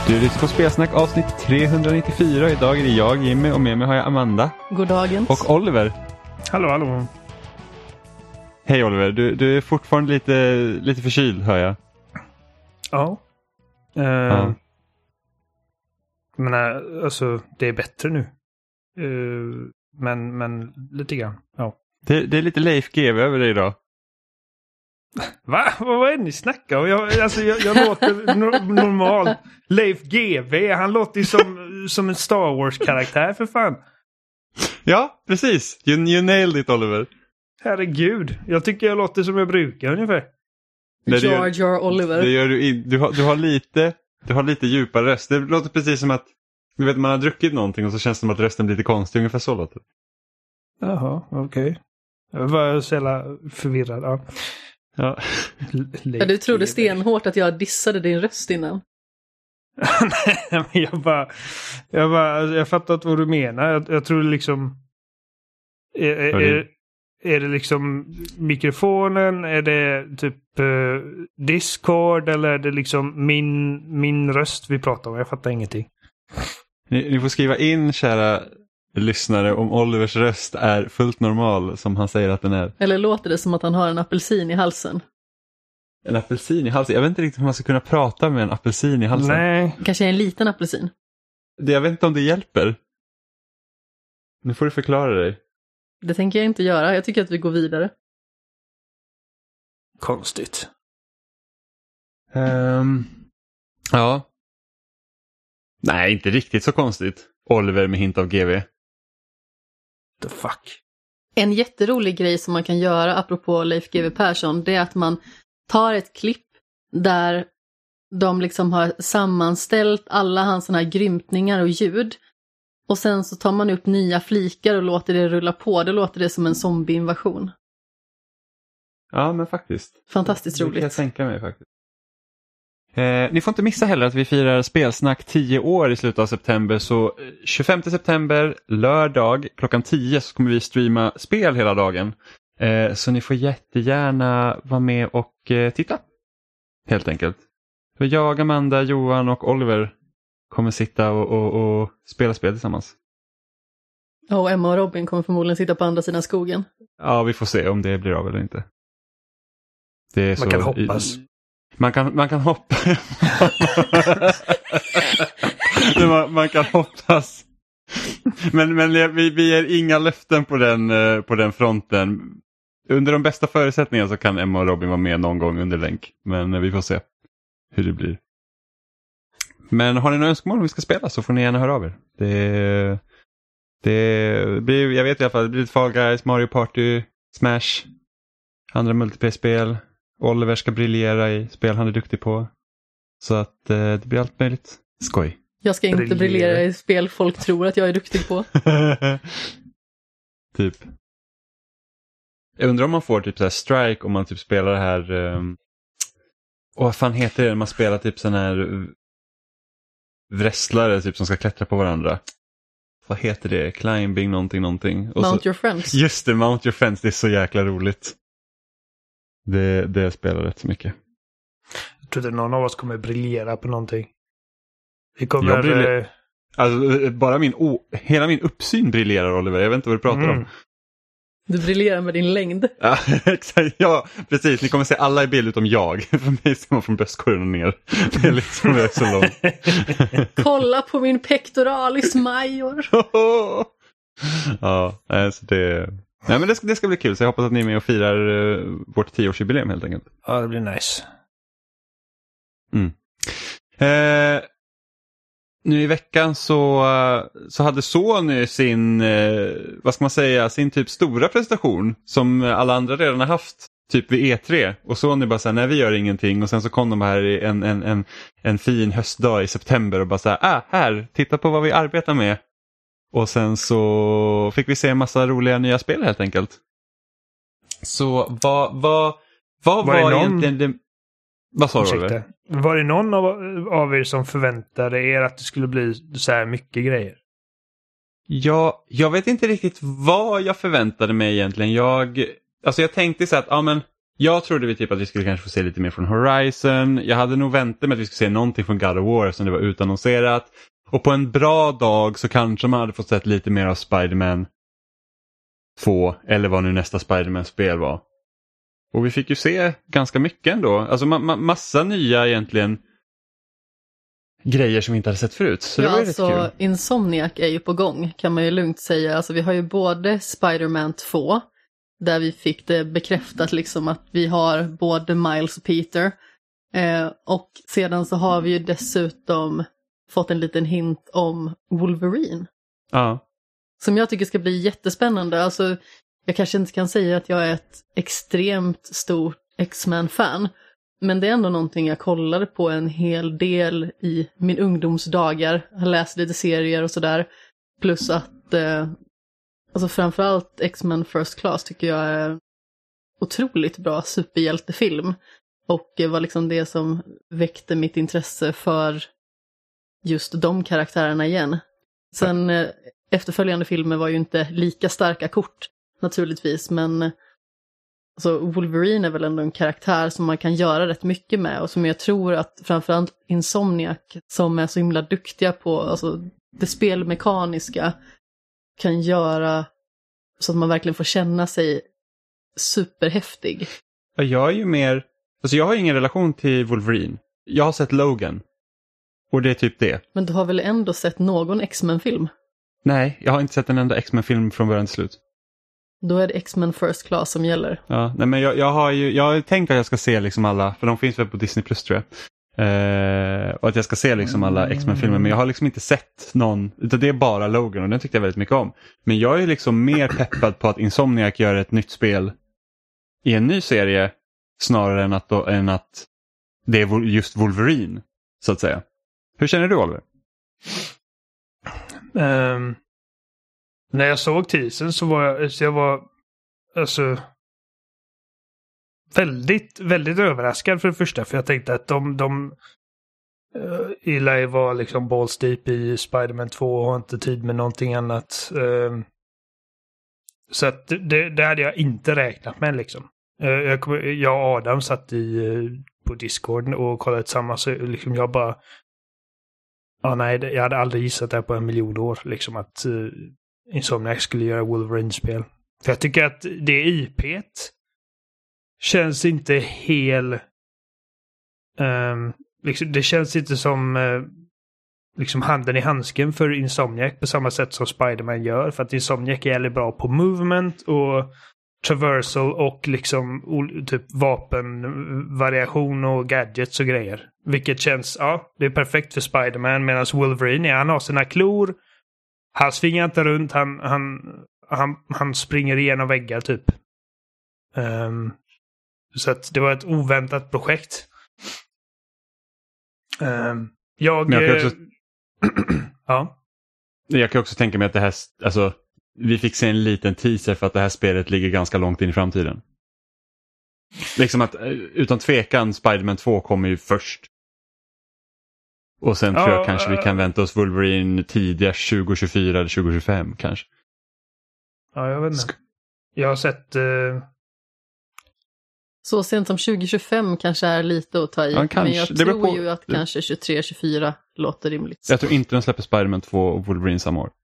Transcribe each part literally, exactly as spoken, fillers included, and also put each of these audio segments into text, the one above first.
Du lyssnar på Spelsnack avsnitt trehundranittiofyra. Idag är det jag, Jimmy, och med mig har jag Amanda. God dagens. Och Oliver. Hallå, hallå. Hej Oliver, du, du är fortfarande lite, lite förkyld, hör jag. Ja. Uh, ja. Men alltså, det är bättre nu. Uh, men, men lite grann, ja. Det, det är lite Leif G W över dig idag. Va? Vad är det ni snackar om? Jag, alltså, jag, jag låter no- normal. Leif G W, han låter ju som, som en Star Wars-karaktär för fan. Ja, precis. You, you nailed it, Oliver. Herregud, jag tycker jag låter som jag brukar ungefär. Jar Jar Oliver. Det gör du, in, du, har, du, har lite, du har lite djupare röst. Det låter precis som att du vet, man har druckit någonting och så känns det som att rösten blir lite konstig. Ungefär så låter det. Jaha, okej. Okay. Jag var så jävla förvirrad, ja. Ja. Ja, du trodde stenhårt att jag dissade din röst innan. Nej, men jag bara, jag bara, jag fattar inte vad du menar. Jag, jag tror liksom, är, är, är, är det liksom mikrofonen, är det typ uh, Discord, eller är det liksom min, min röst vi pratar om? Jag fattar ingenting. Ni, ni får skriva in, kära lyssnare, om Olivers röst är fullt normal som han säger att den är. Eller låter det som att han har en apelsin i halsen? En apelsin i halsen? Jag vet inte riktigt hur man ska kunna prata med en apelsin i halsen. Nej. Kanske en liten apelsin. Det, jag vet inte om det hjälper. Nu får du förklara dig. Det tänker jag inte göra. Jag tycker att vi går vidare. Konstigt. Um, ja. Nej, inte riktigt så konstigt. Oliver med hint av G V. The fuck. En jätterolig grej som man kan göra apropå Leif G W Persson, det är att man tar ett klipp där de liksom har sammanställt alla hans såna här grymtningar och ljud, och sen så tar man upp nya flikar och låter det rulla på. Det låter det som en zombieinvasion. Ja, men faktiskt. Fantastiskt det, roligt. Det kan jag tänka mig faktiskt. Eh, ni får inte missa heller att vi firar Spelsnack tio år i slutet av september, så tjugofemte september, lördag, klockan tio, så kommer vi streama spel hela dagen. Eh, så ni får jättegärna vara med och eh, titta. Helt enkelt. För jag, Amanda, Johan och Oliver kommer sitta och, och, och spela spel tillsammans. Och Emma och Robin kommer förmodligen sitta på andra sidan skogen. Ja, vi får se om det blir av eller inte. Det är man så, kan hoppas. I, man, kan, man kan hoppa. man, man kan hoppas. Men, men vi, vi ger inga löften på den, på den fronten. Under de bästa förutsättningarna så kan Emma och Robin vara med någon gång under länk. Men vi får se hur det blir. Men har ni några önskemål om vi ska spela så får ni gärna höra av er. Det, det blir, jag vet i alla fall, det blir Fall Guys, Mario Party, Smash, andra multiplayer-spel. Oliver ska briljera i spel han är duktig på. Så att eh, det blir allt möjligt. Skoj. Jag ska inte briljera, briljera i spel folk tror att jag är duktig på. Typ. Jag undrar om man får typ så här strike om man typ spelar det här. Um... Och vad fan heter det när man spelar typ sån här wrestlare typ som ska klättra på varandra? Vad heter det? Climbing någonting någonting. Och Mount så... your friends. Just det, Mount your friends. Det är så jäkla roligt. Det, det spelar rätt så mycket. Jag tror inte någon av oss kommer briljera på någonting. Vi kommer... Jag briljer... Alltså, bara min... Oh, hela min uppsyn briljerar, Oliver. Jag vet inte vad du pratar mm. om. Du briljerar med din längd. Ja, exakt. Ja, precis. Ni kommer se alla i bild utom jag. För mig ser man från bröstkorgen och ner. Det är liksom det är så långt. Kolla på min pectoralis major. Ja, alltså det... Nej, men det ska, det ska bli kul. Så jag hoppas att ni är med och firar uh, vårt tioårsjubileum helt enkelt. Ja, det blir nice. Mm. Eh, nu i veckan så, så hade Sony sin, eh, vad ska man säga, sin typ stora presentation som alla andra redan har haft typ vid E tre. Och Sony bara såhär, nej vi gör ingenting. Och sen så kom de här en, en, en, en fin höstdag i september och bara såhär, ah här, titta på vad vi arbetar med. Och sen så fick vi se en massa roliga nya spel helt enkelt. Så vad, vad, vad var, var någon... egentligen det... Vad sa du? Var det någon av, av er som förväntade er att det skulle bli så här mycket grejer? Ja, jag vet inte riktigt vad jag förväntade mig egentligen. Jag, alltså jag tänkte så att, ja men, Jag trodde vi typ att vi skulle kanske få se lite mer från Horizon. Jag hade nog väntat med att vi skulle se någonting från God of War som det var utannonserat. Och på en bra dag så kanske man hade fått sett lite mer av Spider-Man två. Eller vad nu nästa Spider-Man-spel var. Och vi fick ju se ganska mycket ändå. Alltså ma- ma- massa nya egentligen grejer som vi inte hade sett förut. Så ja, det var ju alltså, rätt kul. Insomniac är ju på gång kan man ju lugnt säga. Alltså vi har ju både Spider-Man två. Där vi fick det bekräftat liksom att vi har både Miles och Peter. Eh, och sedan så har vi ju dessutom fått en liten hint om Wolverine. Ja. Som jag tycker ska bli jättespännande. Alltså, jag kanske inte kan säga att jag är ett extremt stort X-Men-fan. Men det är ändå någonting jag kollade på en hel del i min ungdomsdagar. Jag läste lite serier och sådär. Plus att eh, alltså framförallt X-Men First Class tycker jag är otroligt bra superhjältefilm. Och det var liksom det som väckte mitt intresse för just de karaktärerna igen. Sen eh, efterföljande filmer var ju inte lika starka kort naturligtvis, men alltså, Wolverine är väl ändå en karaktär som man kan göra rätt mycket med och som jag tror att framförallt Insomniac som är så himla duktiga på alltså, det spelmekaniska kan göra så att man verkligen får känna sig superhäftig. Jag är ju mer, alltså jag har ingen relation till Wolverine. Jag har sett Logan. Och det är typ det. Men du har väl ändå sett någon X-Men-film? Nej, jag har inte sett en enda X-Men-film från början till slut. Då är det X-Men First Class som gäller. Ja, nej men jag, jag har ju, jag har tänkt att jag ska se liksom alla, för de finns väl på Disney Plus tror jag. Eh, och att jag ska se liksom alla X-Men-filmer, men jag har liksom inte sett någon, utan det är bara Logan och den tyckte jag väldigt mycket om. Men jag är liksom mer peppad på att Insomniac gör ett nytt spel i en ny serie snarare än att, då, än att det är just Wolverine, så att säga. Hur känner du, Oliver? Um, när jag såg teasern så var jag, så jag var alltså väldigt, väldigt överraskad för det första. För jag tänkte att de, de uh, Eli var liksom balls deep i Spider-Man två och har inte tid med någonting annat. Um, så att det, det hade jag inte räknat med liksom. Uh, jag, kom, jag och Adam satt i, uh, på Discord och kollade tillsammans. Så liksom jag bara ja, nej, jag hade aldrig gissat det på en miljon år liksom att uh, Insomniac skulle göra Wolverine-spel. För jag tycker att det I P:t känns inte hel um, liksom, det känns inte som uh, liksom handen i handsken för Insomniac på samma sätt som Spider-Man gör. För att Insomniac är väldigt bra på movement och traversal och liksom typ vapenvariation och gadgets och grejer. Vilket känns, ja, det är perfekt för Spider-Man. Medan Wolverine, ja, han har sina klor. Han svingar inte runt, han, han, han, han springer igenom väggar typ. Um, så att det var ett oväntat projekt. Um, jag... Men jag kan också... ja. Jag kan också tänka mig att det här, alltså, vi fick se en liten teaser för att det här spelet ligger ganska långt in i framtiden. Liksom att utan tvekan Spider-Man två kommer ju först. Och sen ja, tror jag kanske vi kan vänta oss Wolverine tidigast tjugo tjugofyra eller tjugo tjugofem kanske. Ja, jag vet inte. Jag har sett... Uh... Så sent som tjugo tjugofem kanske är lite att ta i. Ja, men jag det tror på... ju att kanske tjugotre tjugofyra låter rimligt. Jag tror inte de släpper Spider-Man två och Wolverine samma år.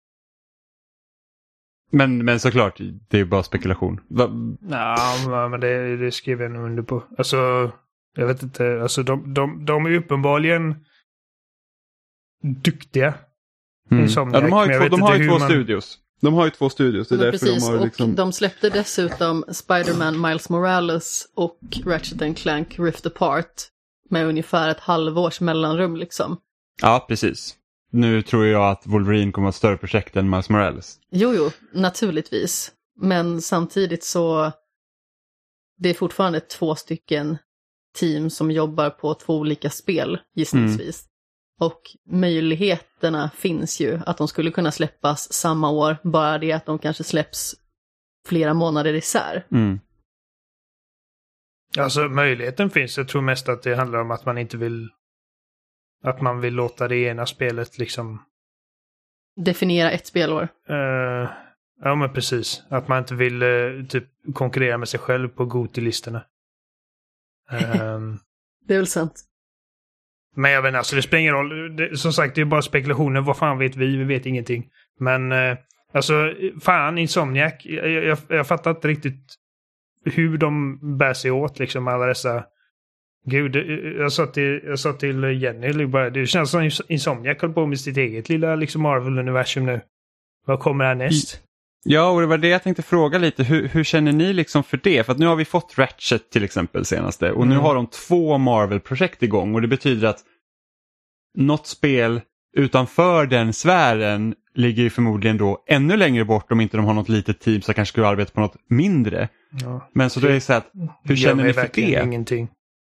Men, men såklart, det är ju bara spekulation. Va? Ja, men det, det skriver jag nog under på. Alltså, jag vet inte. Alltså, de, de, de är ju uppenbarligen duktiga. Mm. Ja, de har ju två, de har ju två man... studios. De har ju två studios. Det är därför precis, de har liksom... och de släppte dessutom Spider-Man Miles Morales och Ratchet and Clank Rift Apart med ungefär ett halvårs mellanrum liksom. Ja, precis. Nu tror jag att Wolverine kommer att ha ett större projekt än Miles Morales. Jo, jo, naturligtvis. Men samtidigt så det är fortfarande två stycken team som jobbar på två olika spel gissningsvis. Mm. Och möjligheterna finns ju att de skulle kunna släppas samma år. Bara det att de kanske släpps flera månader isär. Mm. Alltså möjligheten finns. Jag tror mest att det handlar om att man inte vill... Att man vill låta det ena spelet liksom... Definiera ett spelår. Uh, Ja, men precis. Att man inte vill eh, typ konkurrera med sig själv på Goti-listorna. um, det är väl sant. Men jag vet inte, alltså det spelar ingen roll. Det, som sagt, det är bara spekulationer. Vad fan vet vi? Vi vet ingenting. Men eh, alltså, fan, Insomniac. Jag, jag, jag fattar inte riktigt hur de bär sig åt liksom alla dessa... Gud, jag sa till, jag sa till Jenny, bara, det känns som Insomniac håller på med sitt eget lilla liksom Marvel-universum nu. Vad kommer härnäst? Ja, och det var det jag tänkte fråga lite. Hur, hur känner ni liksom för det? För att nu har vi fått Ratchet till exempel senaste. Och mm. nu har de två Marvel-projekt igång. Och det betyder att något spel utanför den sfären ligger ju förmodligen då ännu längre bort om inte de har något litet team som kanske skulle arbeta på något mindre. Ja. Men så då är det så att, hur känner ni för det? Ingenting.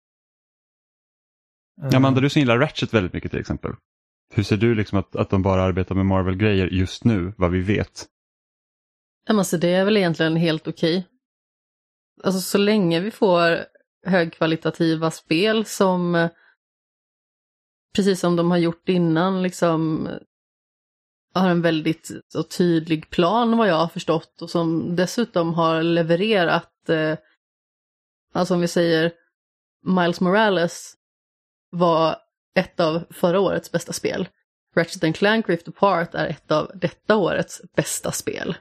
Ja, Amanda, du som gillar Ratchet väldigt mycket till exempel. Hur ser du liksom att, att de bara arbetar med Marvel-grejer just nu, vad vi vet? Alltså det är väl egentligen helt okej. Alltså så länge vi får högkvalitativa spel som, precis som de har gjort innan, liksom har en väldigt så tydlig plan vad jag har förstått och som dessutom har levererat, eh, alltså om vi säger Miles Morales var ett av förra årets bästa spel. Ratchet and Clank Rift Apart är ett av detta årets bästa spel.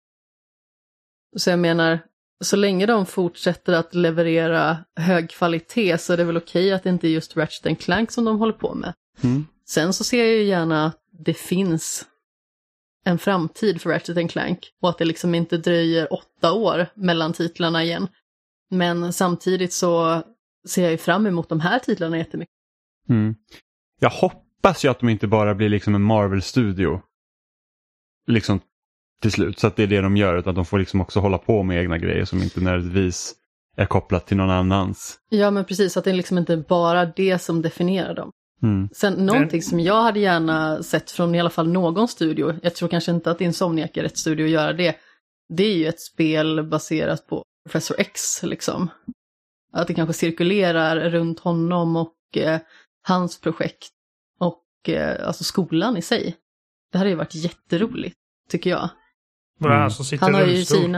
Så jag menar, så länge de fortsätter att leverera hög kvalitet så är det väl okej att det inte är just Ratchet and Clank som de håller på med. Mm. Sen så ser jag ju gärna att det finns en framtid för Ratchet and Clank och att det liksom inte dröjer åtta år mellan titlarna igen. Men samtidigt så ser jag ju fram emot de här titlarna jättemycket. Mm. Jag hoppas ju att de inte bara blir liksom en Marvel-studio liksom till slut, så att det är det de gör, utan att de får liksom också hålla på med egna grejer som inte nödvändigtvis är kopplat till någon annans. Ja, men precis, att det är liksom inte bara det som definierar dem. Mm. Sen någonting som jag hade gärna sett från i alla fall någon studio, jag tror kanske inte att Insomniac är rätt studio att göra det, det är ju ett spel baserat på Professor X liksom. Att det kanske cirkulerar runt honom och eh, hans projekt och eh, alltså skolan i sig. Det hade ju varit jätteroligt, tycker jag. Mm. Han, som sitter han har ju rullstol. sina...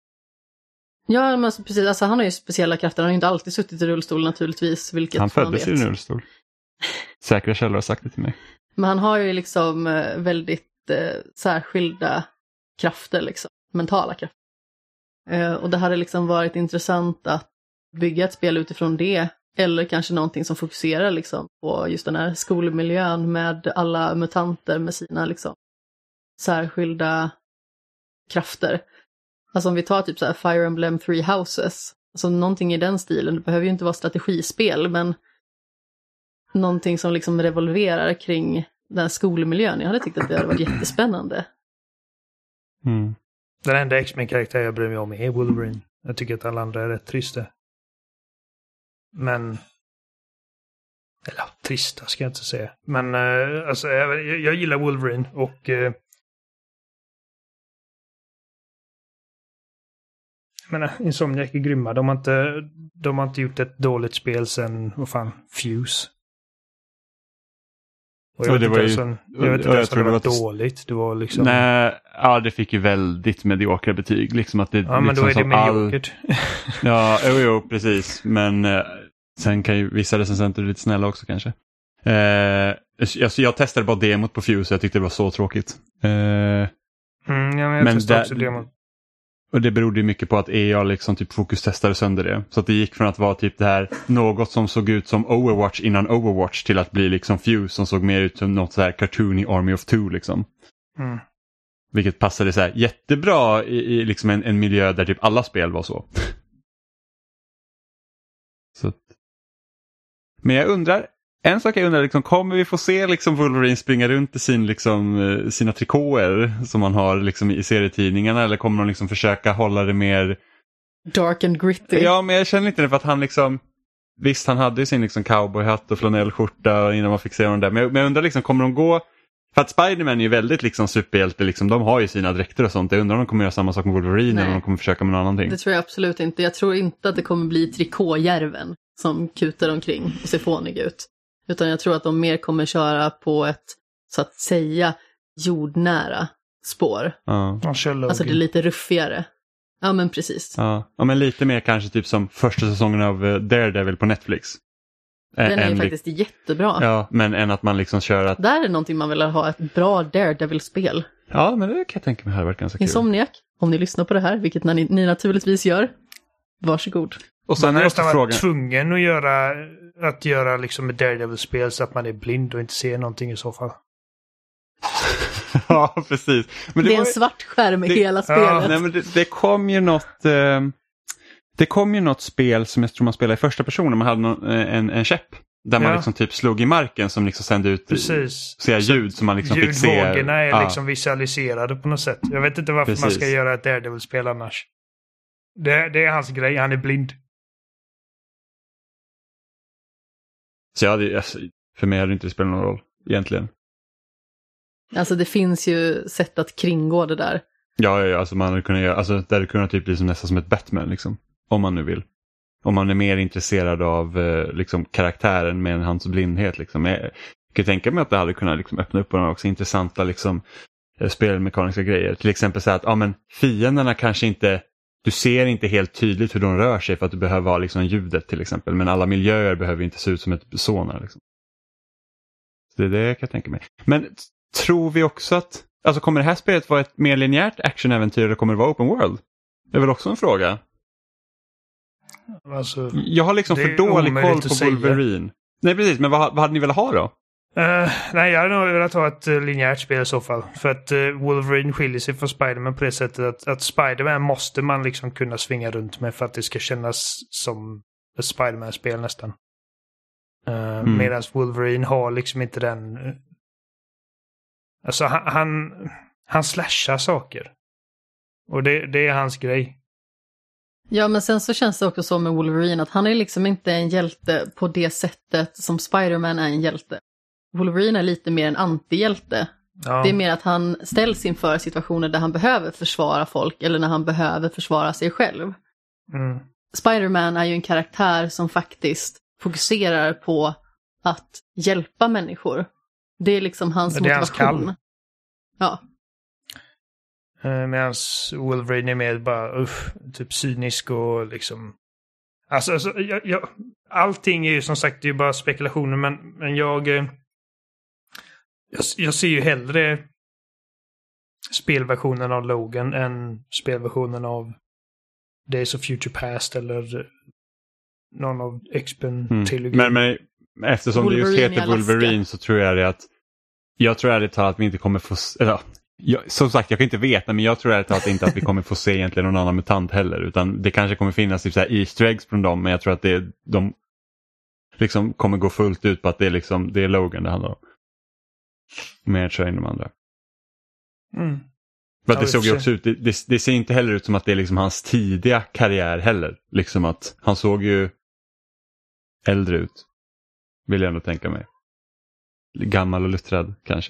Ja, men alltså, precis. Alltså, han har ju speciella krafter. Han har ju inte alltid suttit i rullstol naturligtvis. Vilket han föddes i en rullstol. Säkra källor har sagt det till mig. Men han har ju liksom väldigt eh, särskilda krafter, liksom. Mentala krafter. Eh, och det hade liksom varit intressant att bygga ett spel utifrån det. Eller kanske någonting som fokuserar liksom på just den här skolmiljön med alla mutanter med sina liksom särskilda krafter. Alltså om vi tar typ så här Fire Emblem Three Houses. Alltså någonting i den stilen. Det behöver ju inte vara strategispel, men någonting som liksom revolverar kring den här skolmiljön. Jag hade tyckt att det hade varit jättespännande. Mm. Den enda X-Men-karaktär jag bryr mig om är Wolverine. Jag tycker att alla andra är rätt trista. Men... Eller trista ska jag inte säga. Men uh, alltså, jag, jag gillar Wolverine och... Uh, jag menar, Insomniac är grymma. De har, inte, de har inte gjort ett dåligt spel sen, vad fan, Fuse. Och jag och vet inte ens om det var, var dåligt. Det var liksom... Nej, ja, det fick ju väldigt mediokra betyg. Liksom att det, ja, men liksom då är det mediokert. All... ja, jo, jo, precis. Men eh, sen kan ju vissa recensenter bli lite snälla också kanske. Eh, jag, jag testade bara demot på Fuse och jag tyckte det var så tråkigt. Eh, mm, ja, men jag men testade där... också demot. Och det berodde ju mycket på att E A liksom typ fokustestade sönder det. Så att det gick från att vara typ det här något som såg ut som Overwatch innan Overwatch till att bli liksom Fuse som såg mer ut som något så här cartoony Army of Two liksom. Mm. Vilket passade så här jättebra i, i liksom en, en miljö där typ alla spel var så. så att... Men jag undrar, en sak jag undrar, liksom, kommer vi få se liksom Wolverine springa runt i sin, liksom, sina trikåer som man har liksom, i serietidningarna, eller kommer de liksom försöka hålla det mer dark and gritty? Ja, men jag känner inte det för att han liksom, visst han hade ju sin liksom, cowboyhatt och flanellskjorta innan man fick se honom där, men jag, men jag undrar liksom, kommer de gå, för att Spider-Man är ju väldigt liksom, superhjälte, liksom, de har ju sina dräkter och sånt, jag undrar om de kommer göra samma sak med Wolverine. Nej. Eller om de kommer försöka med någon annan ting. Det tror jag absolut inte, jag tror inte att det kommer bli trikåjärven som kutar omkring och ser fånig ut. Utan jag tror att de mer kommer köra på ett, så att säga, jordnära spår. Ja. Alltså det är lite ruffigare. Ja men precis. Ja. Ja men lite mer kanske typ som första säsongen av Daredevil på Netflix. Den är ju en, faktiskt jättebra. Ja, men än att man liksom kör att... Där är någonting man vill ha, ett bra Daredevil-spel. Ja, men det kan jag tänka mig hade varit ganska kul. Insomniac, om ni lyssnar på det här, vilket ni, ni naturligtvis gör, varsågod. Och sen man är också frågan... tvungen att göra, att göra liksom ett Daredevil-spel så att man är blind och inte ser någonting i så fall. Ja, precis. Men det, det är var... en svart skärm i det... hela spelet. Ja, nej, men det, det kom ju något... Eh... Det kom ju något spel som jag tror man spelade i första personen. Man hade någon, en, en käpp. Där man ja. liksom typ slog i marken som liksom sände ut säga, ljud som man liksom fick se. Ljudvågorna är ja. liksom visualiserade på något sätt. Jag vet inte varför Precis. man ska göra ett Daredevil-spel annars. Det, det är hans grej, han är blind. Så ja, det, för mig hade det inte spelat någon roll egentligen. Alltså det finns ju sätt att kringgå det där. Ja, ja alltså man hade kunnat göra, alltså det hade kunnat typ bli som nästan som ett Batman liksom. Om man nu vill. Om man är mer intresserad av eh, liksom, karaktären med en hans blindhet. Liksom. Jag kan tänka mig att det hade kunnat liksom, öppna upp på några också intressanta liksom, spelmekaniska grejer. Till exempel så att ja, men, fienderna kanske inte, du ser inte helt tydligt hur de rör sig för att du behöver ha liksom, ljudet till exempel. Men alla miljöer behöver inte se ut som ett sonar. Liksom. Så det är det jag kan tänka mig. Men tror vi också att, alltså kommer det här spelet vara ett mer linjärt actionäventyr eller kommer det vara open world? Det är väl också en fråga. Alltså, jag har liksom för dålig koll på Wolverine. Nej precis, men vad, vad hade ni velat ha då? Uh, nej, jag hade nog velat ha ett uh, linjärt spel i så fall. För att uh, Wolverine skiljer sig från Spider-Man på det sättet att, att Spider-Man måste man liksom kunna svinga runt med för att det ska kännas som ett Spider-Man-spel nästan. Uh, mm. Medan Wolverine har liksom inte den... Uh, alltså han, han, han slashar saker. Och det, det är hans grej. Ja, men sen så känns det också så med Wolverine att han är liksom inte en hjälte på det sättet som Spider-Man är en hjälte. Wolverine är lite mer en antihjälte. Ja. Det är mer att han ställs inför situationer där han behöver försvara folk eller när han behöver försvara sig själv. Mm. Spider-Man är ju en karaktär som faktiskt fokuserar på att hjälpa människor. Det är liksom hans det är motivation. Hans ja. Medan Wolverine är med bara uff, typ cynisk och liksom... Alltså, alltså jag, jag, allting är ju som sagt det är ju bara spekulationer men, men jag, jag jag ser ju hellre spelversionen av Logan än spelversionen av Days of Future Past eller någon av X-Men-trilogin. Mm. Men, men eftersom Wolverine det just heter Wolverine så tror jag det att jag tror ärligt talat att vi inte kommer få... Eller, Jag, som sagt, jag kan inte veta men jag tror att inte att vi kommer få se egentligen någon annan mutant heller utan det kanske kommer finnas typ så här Easter eggs från dem men jag tror att det, de liksom kommer gå fullt ut på att det är, liksom, det är Logan det handlar om. Mer tror jag än de andra. Mm. För att det såg ju också ut, det, det, det ser inte heller ut som att det är liksom hans tidiga karriär heller. Liksom att han såg ju äldre ut. Vill jag ändå tänka mig. Gammal och luttrad kanske.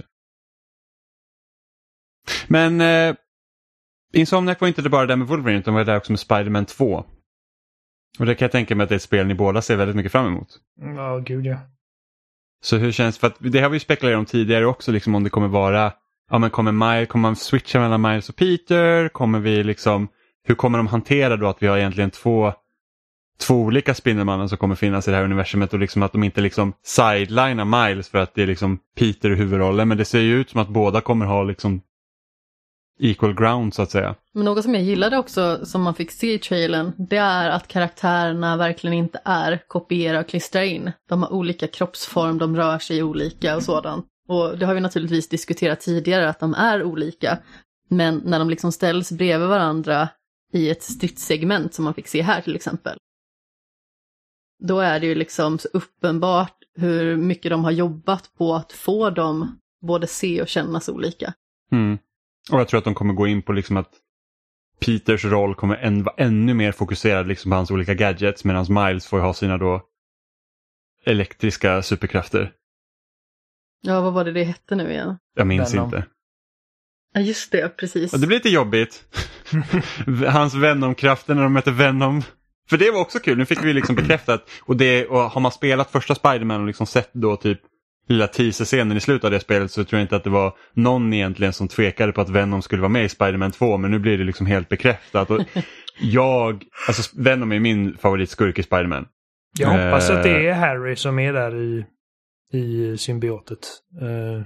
Men eh, Insomniac var inte det bara där med Wolverine utan var det där också med Spider-Man två. Och det kan jag tänka mig att det är ett spel ni båda ser väldigt mycket fram emot. Ja, gud ja. Så hur känns, för att det har vi spekulerat om tidigare också liksom om det kommer vara, ja men kommer Miles, kommer man switcha mellan Miles och Peter? Kommer vi liksom, hur kommer de hantera då att vi har egentligen två två olika Spindelmannen som kommer finnas i det här universumet och liksom att de inte liksom sidelinar Miles för att det är liksom Peter i huvudrollen men det ser ju ut som att båda kommer ha liksom equal ground så att säga. Men något som jag gillade också som man fick se i trailern det är att karaktärerna verkligen inte är kopiera och klistra in. De har olika kroppsform, de rör sig olika och sådant. Och det har vi naturligtvis diskuterat tidigare att de är olika. Men när de liksom ställs bredvid varandra i ett stridssegment som man fick se här till exempel. Då är det ju liksom så uppenbart hur mycket de har jobbat på att få dem både se och kännas olika. Mm. Och jag tror att de kommer gå in på liksom att Peters roll kommer än, vara ännu mer fokuserad liksom på hans olika gadgets medan Miles får ha sina då elektriska superkrafter. Ja, vad var det det hette nu igen? Jag minns Venom. inte. Ja, just det, precis. Och det blir lite jobbigt. Hans Venom-krafter när de möter Venom. För det var också kul, nu fick vi liksom bekräftat. Och, det, och har man spelat första Spider-Man och liksom sett då typ lilla teaser-scenen i slutet av det spelet så tror jag inte att det var någon egentligen som tvekade på att Venom skulle vara med i Spider-Man två, men nu blir det liksom helt bekräftat. Och jag, alltså Venom är min favoritskurk i Spider-Man. Jag hoppas uh, att det är Harry som är där i, i symbiotet. Uh.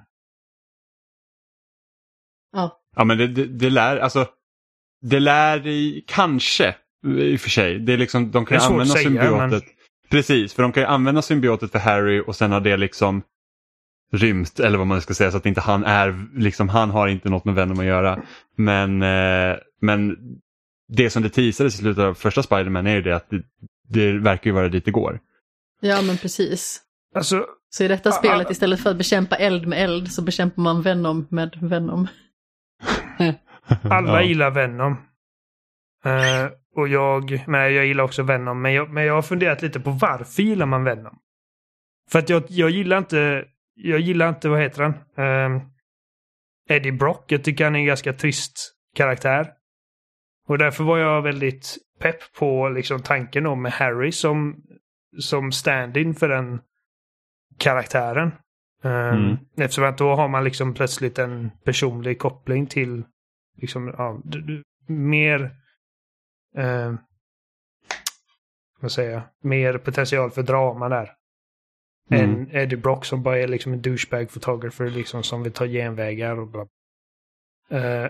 Ja. Ja, men det, det, det lär, alltså det lär i, kanske i och för sig. Det är liksom, de kan ju använda säga, symbiotet. Men... Precis, för de kan ju använda symbiotet för Harry och sen har det liksom rymt, eller vad man ska säga, så att inte han är, liksom han har inte något med Venom att göra. Men, eh, men det som det teasades i slutet av första Spider-Man är ju det att det, det verkar ju vara dit det går. Ja, men precis. Alltså, så i detta a- spelet a- istället för att bekämpa eld med eld så bekämpar man Venom med Venom. Alla ja. gillar Venom. Uh, och jag, men jag gillar också Venom. Men jag, men jag har funderat lite på varför gillar man Venom. För att jag, jag gillar inte, jag gillar inte, vad heter han? Uh, Eddie Brock. Jag tycker han är en ganska trist karaktär. Och därför var jag väldigt pepp på liksom tanken om med Harry som, som stand-in för den karaktären. Um, mm. Eftersom att då har man liksom plötsligt en personlig koppling till liksom, ja, du, du, mer uh, vad säger jag, mer potential för drama där. Mm. Än Eddie Brock som bara är liksom en douchebag photographer liksom, som vill ta genvägar och bla. Uh,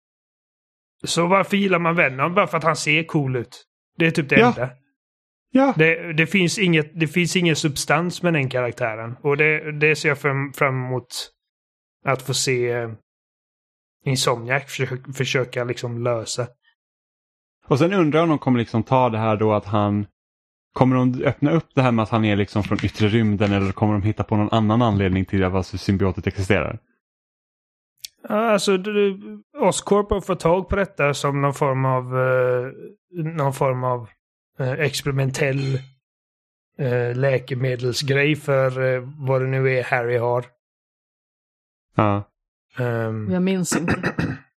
så varför gillar man Venom? Bara för att han ser cool ut. Det är typ det ja. enda. Ja. Det, det, finns inget, det finns ingen substans med den karaktären. Och det, det ser jag fram, fram emot att få se uh, Insomniac försöka, försöka liksom lösa. Och sen undrar jag om de kommer liksom ta det här då att han... Kommer de öppna upp det här med att han är liksom från yttre rymden, eller kommer de hitta på någon annan anledning till att symbiotet existerar? Alltså, Oscorp har fått tag på detta som någon form av uh, någon form av uh, experimentell uh, läkemedelsgrej för uh, vad det nu är Harry har. Ja. Um, jag minns inte.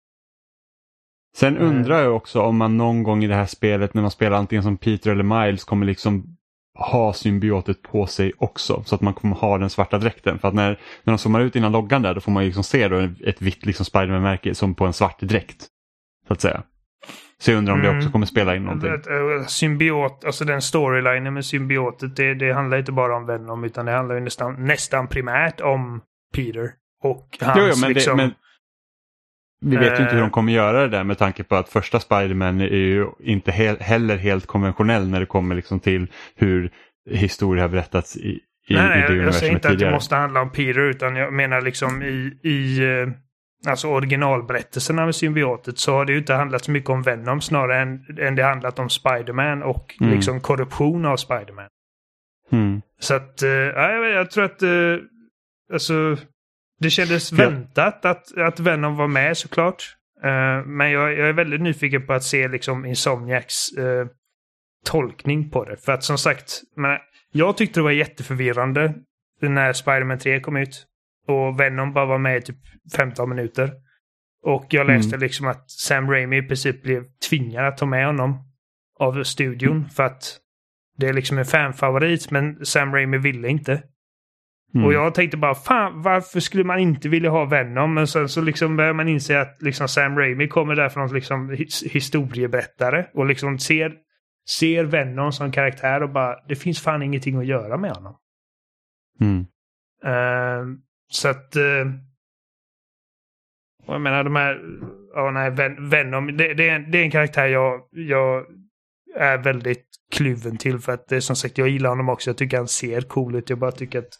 Sen undrar jag också om man någon gång i det här spelet när man spelar antingen som Peter eller Miles kommer liksom ha symbiotet på sig också, så att man kommer ha den svarta dräkten. För att när, när de zoomar ut innan loggan där, då får man ju liksom se då ett vitt liksom Spider-Man-märke som på en svart dräkt, så att säga. Så jag undrar om mm. det också kommer spela in någonting. Symbiot, alltså den storylinen med symbiotet, det, det handlar inte bara om Venom, utan det handlar ju nästan, nästan primärt om Peter och hans jo, jo, men liksom... Det, men... Vi vet ju inte hur de kommer göra det där, med tanke på att första Spider-Man är ju inte he- heller helt konventionell när det kommer liksom till hur historia har berättats i, i, nej, i det jag säger inte tidigare. att det måste handla om Peter, utan jag menar liksom i, i alltså originalberättelserna med symbiotet så har det ju inte handlat så mycket om Venom snarare än, än det handlat om Spider-Man och mm. liksom korruption av Spider-Man. Mm. Så att, ja, jag, jag tror att alltså... Det kändes ja. väntat att, att Venom var med såklart. Uh, men jag, jag är väldigt nyfiken på att se liksom Insomniacs uh, tolkning på det. För att som sagt, men, jag tyckte det var jätteförvirrande när Spider-Man tre kom ut. Och Venom bara var med i typ femton minuter. Och jag läste mm. liksom att Sam Raimi i princip blev tvingad att ta med honom av studion. Mm. För att det är liksom en fanfavorit, men Sam Raimi ville inte. Mm. Och jag tänkte bara, fan, varför skulle man inte vilja ha Venom? Men sen så liksom börjar man inse att liksom Sam Raimi kommer där från liksom his- historieberättare och liksom ser, ser Venom som karaktär och bara, det finns fan ingenting att göra med honom. Mm. Uh, så att uh, jag menar de här oh, nej, Ven- Venom, det, det, är en, det är en karaktär jag, jag är väldigt kluven till, för att det är som sagt, jag gillar honom också. Jag tycker han ser cool ut. Jag bara tycker att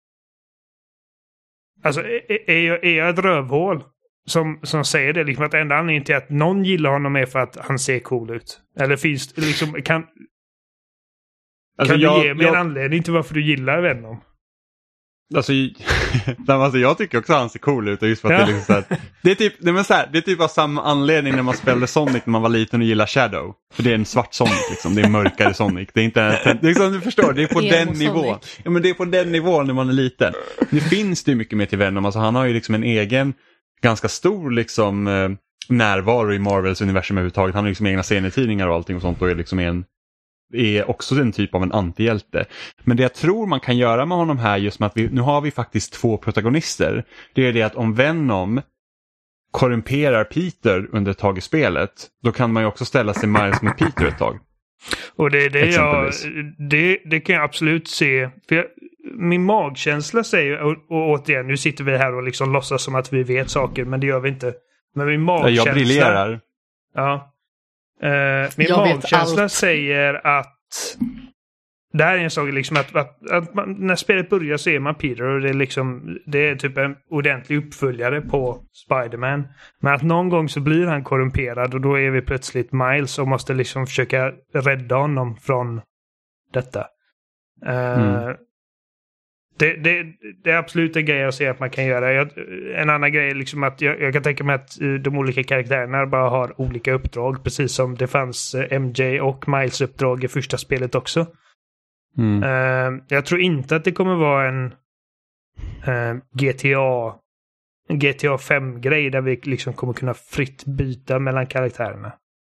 alltså, är, är, jag, är jag ett rövhål som, som säger det? Liksom att enda anledningen till att någon gillar honom är för att han ser cool ut. Eller finns det liksom... Kan, alltså, kan jag, du ge mig jag, en anledning till varför du gillar Venom? Alltså, alltså jag tycker också att han ser cool ut. Just för att ja. det, är liksom så här, det är typ det är så här, det är typ av samma anledning när man spelade Sonic när man var liten och gillade Shadow. För det är en svart Sonic liksom. Det är en mörkare Sonic. Det är inte en, det är som du förstår, det är på den nivån. Ja, men det är på den nivån när man är liten. Nu finns det ju mycket mer till Venom. Alltså han har ju liksom en egen ganska stor liksom eh, närvaro i Marvels universum överhuvudtaget. Han har liksom egna serietidningar och allting och sånt och är liksom en är också en typ av en antihjälte. Men det jag tror man kan göra med honom här, just med att vi, nu har vi faktiskt två protagonister, det är det att om Venom korrumperar Peter under ett tag i spelet, då kan man ju också ställa sig Miles mot Peter ett tag. Och det, det, jag, det, det kan jag absolut se. För jag, min magkänsla säger, och, och återigen, nu sitter vi här och liksom låtsas som att vi vet saker, men det gör vi inte. Men min magkänsla... Jag brillerar. Ja. Uh, min jag magkänsla säger att det här är en sak liksom att, att, att man, när spelet börjar så är man Peter och det är liksom det är typ en ordentlig uppföljare på Spider-Man. Men att någon gång så blir han korrumperad och då är vi plötsligt Miles och måste liksom försöka rädda honom från detta. Uh, mm. det, det, det är absolut en grej jag ser att man kan göra. Jag, en annan grej är liksom att jag, jag kan tänka mig att de olika karaktärerna bara har olika uppdrag, precis som det fanns M J och Miles uppdrag i första spelet också. Mm. Uh, jag tror inte att det kommer vara en uh, G T A en G T A fem-grej där vi liksom kommer kunna fritt byta mellan karaktärerna.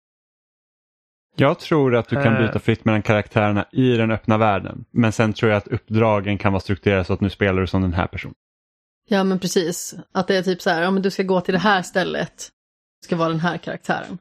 Jag tror att du kan byta fritt mellan karaktärerna i den öppna världen. Men sen tror jag att uppdragen kan vara strukturerade så att nu spelar du som den här personen. Ja, men precis. Att det är typ så här, ja, men du ska gå till det här stället. Du ska vara den här karaktären.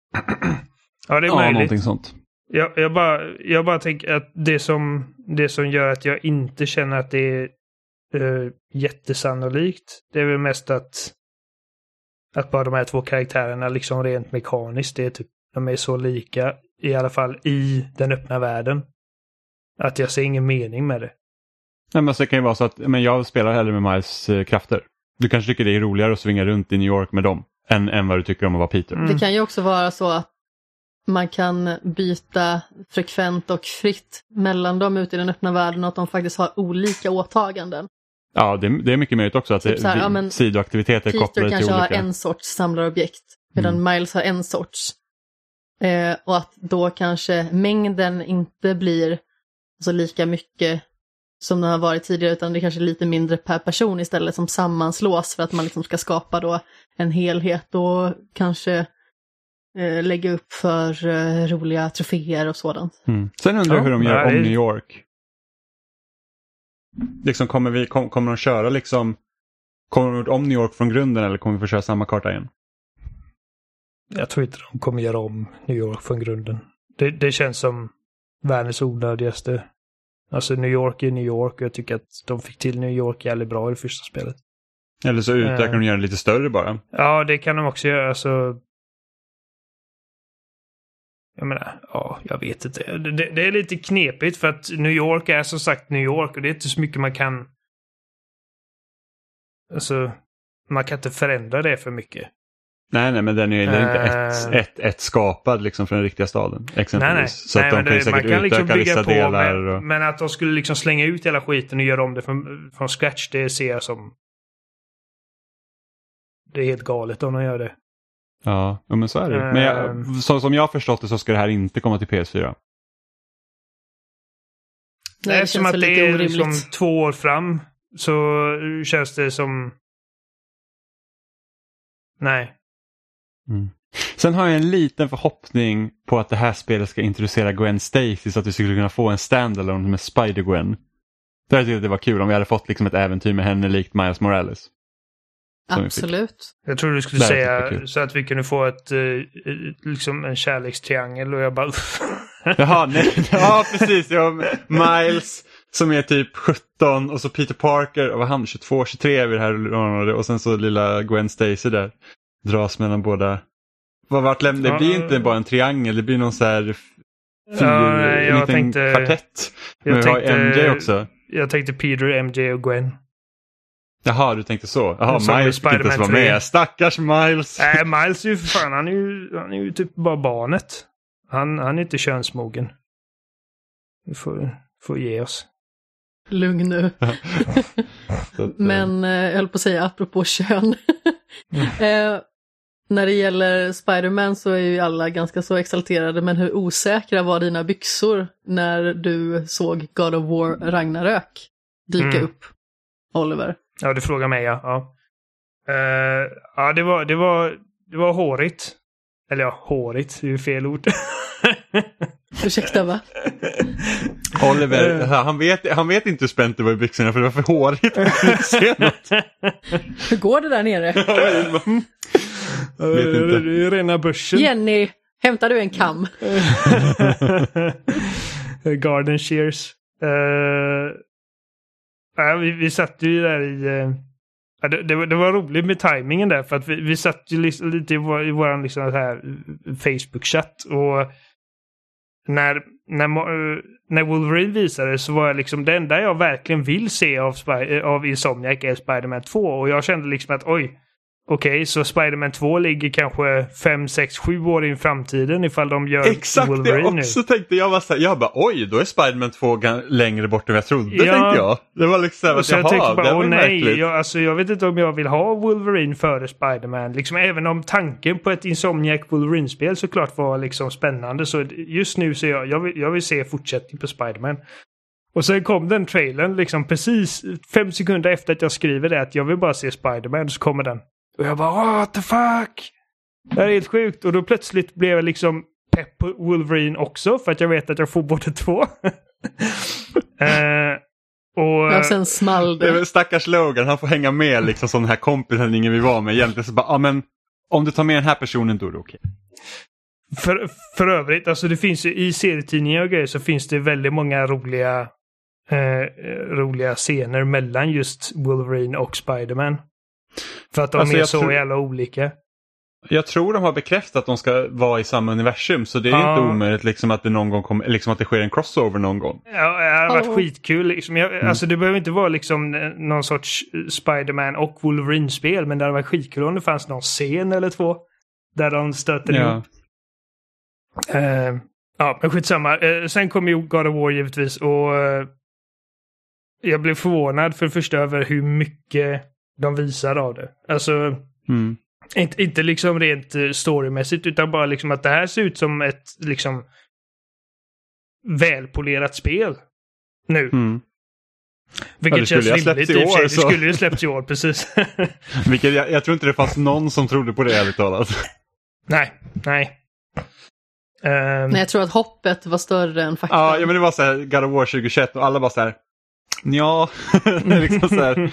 Ja, det är ja, möjligt. Någonting sånt. Jag, jag, bara, jag bara tänker att det som, det som gör att jag inte känner att det är uh, jättesannolikt, det är väl mest att att bara de här två karaktärerna liksom rent mekaniskt, det är typ, de är så lika, i alla fall i den öppna världen, att jag ser ingen mening med det. Nej, men det kan ju vara så att men jag spelar hellre med Miles eh, krafter. Du kanske tycker det är roligare att svinga runt i New York med dem än, än vad du tycker om att vara Peter. Mm. Det kan ju också vara så att man kan byta frekvent och fritt mellan dem ute i den öppna världen och att de faktiskt har olika åtaganden. Ja, det, det är mycket möjligt också att typ det, här, ja, sidoaktiviteter kopplade till olika. Peter kanske har en sorts samlarobjekt medan mm. Miles har en sorts. Eh, och att då kanske mängden inte blir så lika mycket som den har varit tidigare, utan det är kanske lite mindre per person istället som sammanslås för att man liksom ska skapa då en helhet och kanske eh, lägga upp för eh, roliga troféer och sådant. Mm. Sen undrar jag hur de gör om New York. Liksom kommer vi kom, kommer de köra liksom kommer de om New York från grunden eller kommer vi få köra samma karta igen? Jag tror inte de kommer göra om New York från grunden. Det, det känns som världens onödigaste. Alltså New York är New York och jag tycker att de fick till New York jävligt bra i det första spelet. Eller så utökar uh, de göra det lite större bara. Ja, det kan de också göra. Alltså, jag menar, ja, jag vet inte. Det, det, det är lite knepigt för att New York är som sagt New York och det är inte så mycket man kan... Alltså, man kan inte förändra det för mycket. Nej, nej, men den är, den är inte ett, ett, ett skapad liksom från den riktiga staden. Exempelvis. Nej, nej. Så att nej, de kan det, säkert kan utöka liksom vissa på, delar. Men, och... men att de skulle liksom slänga ut hela skiten och göra om det från, från scratch, det ser jag som... Det är helt galet om de gör det. Ja, men så är det. Uh... Men jag, så, som jag har förstått det så ska det här inte komma till P S fyra. Nej, det som att det är liksom två år fram så känns det som... Nej. Mm. Sen har jag en liten förhoppning på att det här spelet ska introducera Gwen Stacy så att vi skulle kunna få en standalone med Spider-Gwen. Det här tyckte jag det var kul om vi hade fått liksom ett äventyr med henne likt Miles Morales. Absolut. Jag tror du skulle säga så att vi kunde få ett uh, liksom en kärlekstriangel och jag bara... Jaha, nej. Ja, precis. Ja, Miles som är typ sjutton och så Peter Parker och vad han tjugotvå tjugotre vid det här och sen så lilla Gwen Stacy där. Dras mellan båda. Vad vart lämnar? Det blir inte bara en triangel, det blir någon så här fyr, ja, en liten tänkte, kvartett. Men jag tänkte, har M J också. Jag tänkte Peter, M J och Gwen. Jaha, du tänkte så. Jaha, Miles fick inte ens vara med. Stackars Miles. Nej, Miles är ju för fan, han är ju, han är ju typ bara barnet. Han, han är inte könsmogen. Vi får, får ge oss. Lugn nu. Men eh, jag höll på att säga apropå kön. Mm. eh, när det gäller Spider-Man så är ju alla ganska så exalterade, men hur osäkra var dina byxor när du såg God of War Ragnarök dyka mm. upp, Oliver? Ja, du frågar mig, ja. Ja, uh, ja det, var, det, var, det var hårigt. Eller ja, hårigt, det är ju fel ord. Ursäkta, va? Oliver, han vet, han vet inte hur spänt det var i byxorna för det var för hårigt. Se något. Hur går det där nere? Vet inte. Det är rena börsen. Jenny, hämtar du en kam? Garden shears. Uh, ja, vi, vi satt ju där i... Uh, ja, det, det, var, det var roligt med tajmingen där. För att vi, vi satt ju lite, lite i vår, i vår liksom här Facebook-chatt. Och när, när, när Wolverine visade så var jag liksom... Det enda jag verkligen vill se av, Spy, av Insomniac är Spider-Man två. Och jag kände liksom att oj... Okej, okay, så Spider-Man två ligger kanske fem, sex, sju år in i framtiden ifall de gör exakt Wolverine det också nu. Tänkte jag var så här, jag bara oj, då är Spider-Man två g- längre bort än jag trodde, ja. tänkte jag. Det var liksom så jag tänkte bara, åh nej, jag, alltså, jag vet inte om jag vill ha Wolverine före Spider-Man. Liksom, även om tanken på ett Insomniac Wolverine-spel såklart var liksom spännande. Så just nu så jag, jag, vill, jag vill se fortsättning på Spider-Man. Och sen kom den trailern liksom precis fem sekunder efter att jag skriver det att jag vill bara se Spider-Man, så kommer den. Och jag bara, what the fuck? Det är helt sjukt. Och då plötsligt blev jag liksom pepp på Wolverine också. För att jag vet att jag får både två. uh, och ja, sen small det. Det är stackars Logan, han får hänga med liksom som den här kompisen ingen vi var med. Egentligen så bara, ja men om du tar med den här personen då är det okej. För, för övrigt, alltså det finns ju i serietidningar och grejer så finns det väldigt många roliga uh, roliga scener mellan just Wolverine och Spider-Man. För att de alltså är så tro... jävla olika. Jag tror de har bekräftat att de ska vara i samma universum. Så det är ja. inte omöjligt liksom att det någon gång kommer, liksom att det sker en crossover någon gång. Ja, det har varit oh. skitkul. Liksom. Jag, mm. Alltså det behöver inte vara liksom någon sorts Spider-Man och Wolverine-spel. Men det har varit skitkul om det fanns någon scen eller två. Där de stöter ja. ihop. Uh, ja, men skitsamma. Uh, sen kom ju God of War givetvis. Och uh, jag blev förvånad för det första över hur mycket de visar av det. Alltså mm. inte, inte liksom rent storymässigt utan bara liksom att det här ser ut som ett liksom välpolerat spel nu. Mm. Vilket ja, känns rimligt i år. Det så. skulle ju släppts i år, precis. Vilket jag, jag tror inte det fanns någon som trodde på det ärligt talat. Nej, nej. Um, nej, jag tror att hoppet var större än fakta. Ja, ja men det var så här God of War tjugohundratjugoett och alla bara så här ja, liksom så här.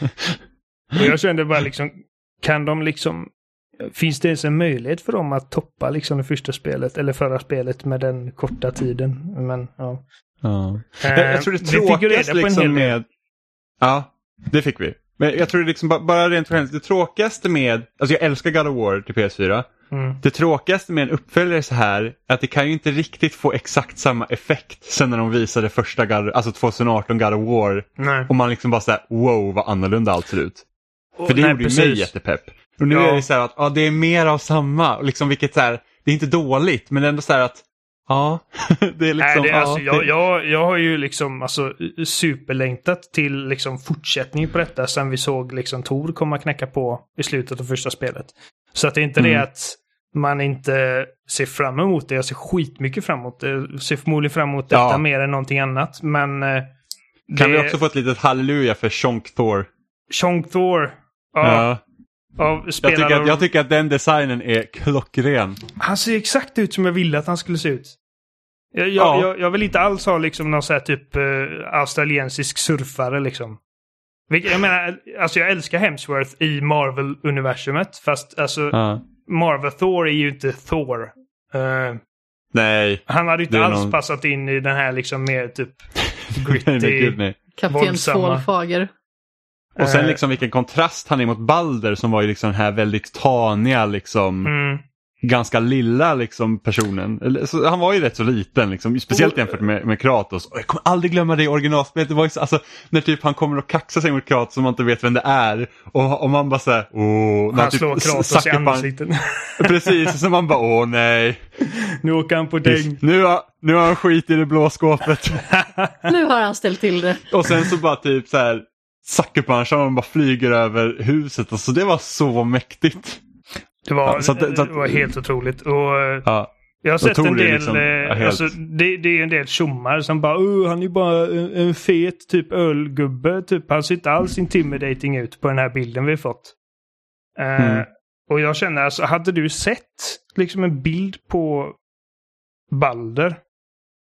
Och jag kände bara liksom, kan de liksom, finns det ens en möjlighet för dem att toppa liksom det första spelet eller förra spelet med den korta tiden? Men ja. ja. Äh, jag tror det tråkigaste liksom med, ja, det fick vi. Men jag tror det liksom bara, bara rent och rent, det tråkigaste med, alltså jag älskar God of War till P S fyra. Mm. Det tråkigaste med en uppföljare så här att det kan ju inte riktigt få exakt samma effekt sen när de visade första God, alltså tjugoarton God of War. Nej. Och man liksom bara såhär, wow vad annorlunda allt ser ut. Och, För det nej, gjorde ju precis. mig jättepepp. Och nu ja. är det så här att ja, det är mer av samma. Och liksom vilket så här, det är inte dåligt men ändå så här att ja, det är liksom... Nej, det, ja, alltså, det... jag, jag, jag har ju liksom alltså, superlängtat till liksom, fortsättning på detta sen vi såg liksom, Thor komma knäcka på i slutet av första spelet. Så att det är inte mm. det att man inte ser fram emot det. Jag ser skitmycket fram emot det. Jag ser förmodligen fram emot detta ja. mer än någonting annat. Men eh, kan det... vi också få ett litet halleluja för Shonk Thor? Shonk Thor. Ja. ja. Av jag, tycker att, jag tycker att den designen är klockren. Han ser exakt ut som jag ville att han skulle se ut. Jag, jag, ja. jag, jag vill inte alls ha liksom någon så här typ uh, australiensisk surfare liksom. Jag menar, alltså jag älskar Hemsworth i Marvel-universumet. Fast alltså ja. Marvel Thor är ju inte Thor. Uh, nej. Han hade inte alls någon... passat in i den här liksom mer typ gritty, nej, gud, nej. Kapten Tvålfager. Och sen liksom vilken kontrast han är mot Balder som var ju liksom den här väldigt taniga liksom mm. ganska lilla liksom personen. Så han var ju rätt så liten liksom, speciellt och, jämfört med, med Kratos. Och jag kommer aldrig glömma det i originalspelet. Det var ju så, alltså när typ han kommer och kaxar sig mot Kratos och man inte vet vem det är. Och, och man bara så här, åh. Han typ, slår Kratos i ansikten. Precis, så man bara, åh nej. Nu åker han på däng. Nu har, nu har han skit i det blå skåpet. Nu har han ställt till det. Och sen så bara typ så här suckerpunch och man bara flyger över huset. Och så det var så mäktigt. Det var, ja, så att, så att, det var helt otroligt. Och ja, jag har sett en del, liksom, eh, alltså, det, det är en del tjommar som bara, oh, han är bara en, en fet typ ölgubbe. Typ, han ser inte alls intimidating ut på den här bilden vi fått. Uh, mm. Och jag känner, alltså, hade du sett liksom en bild på Balder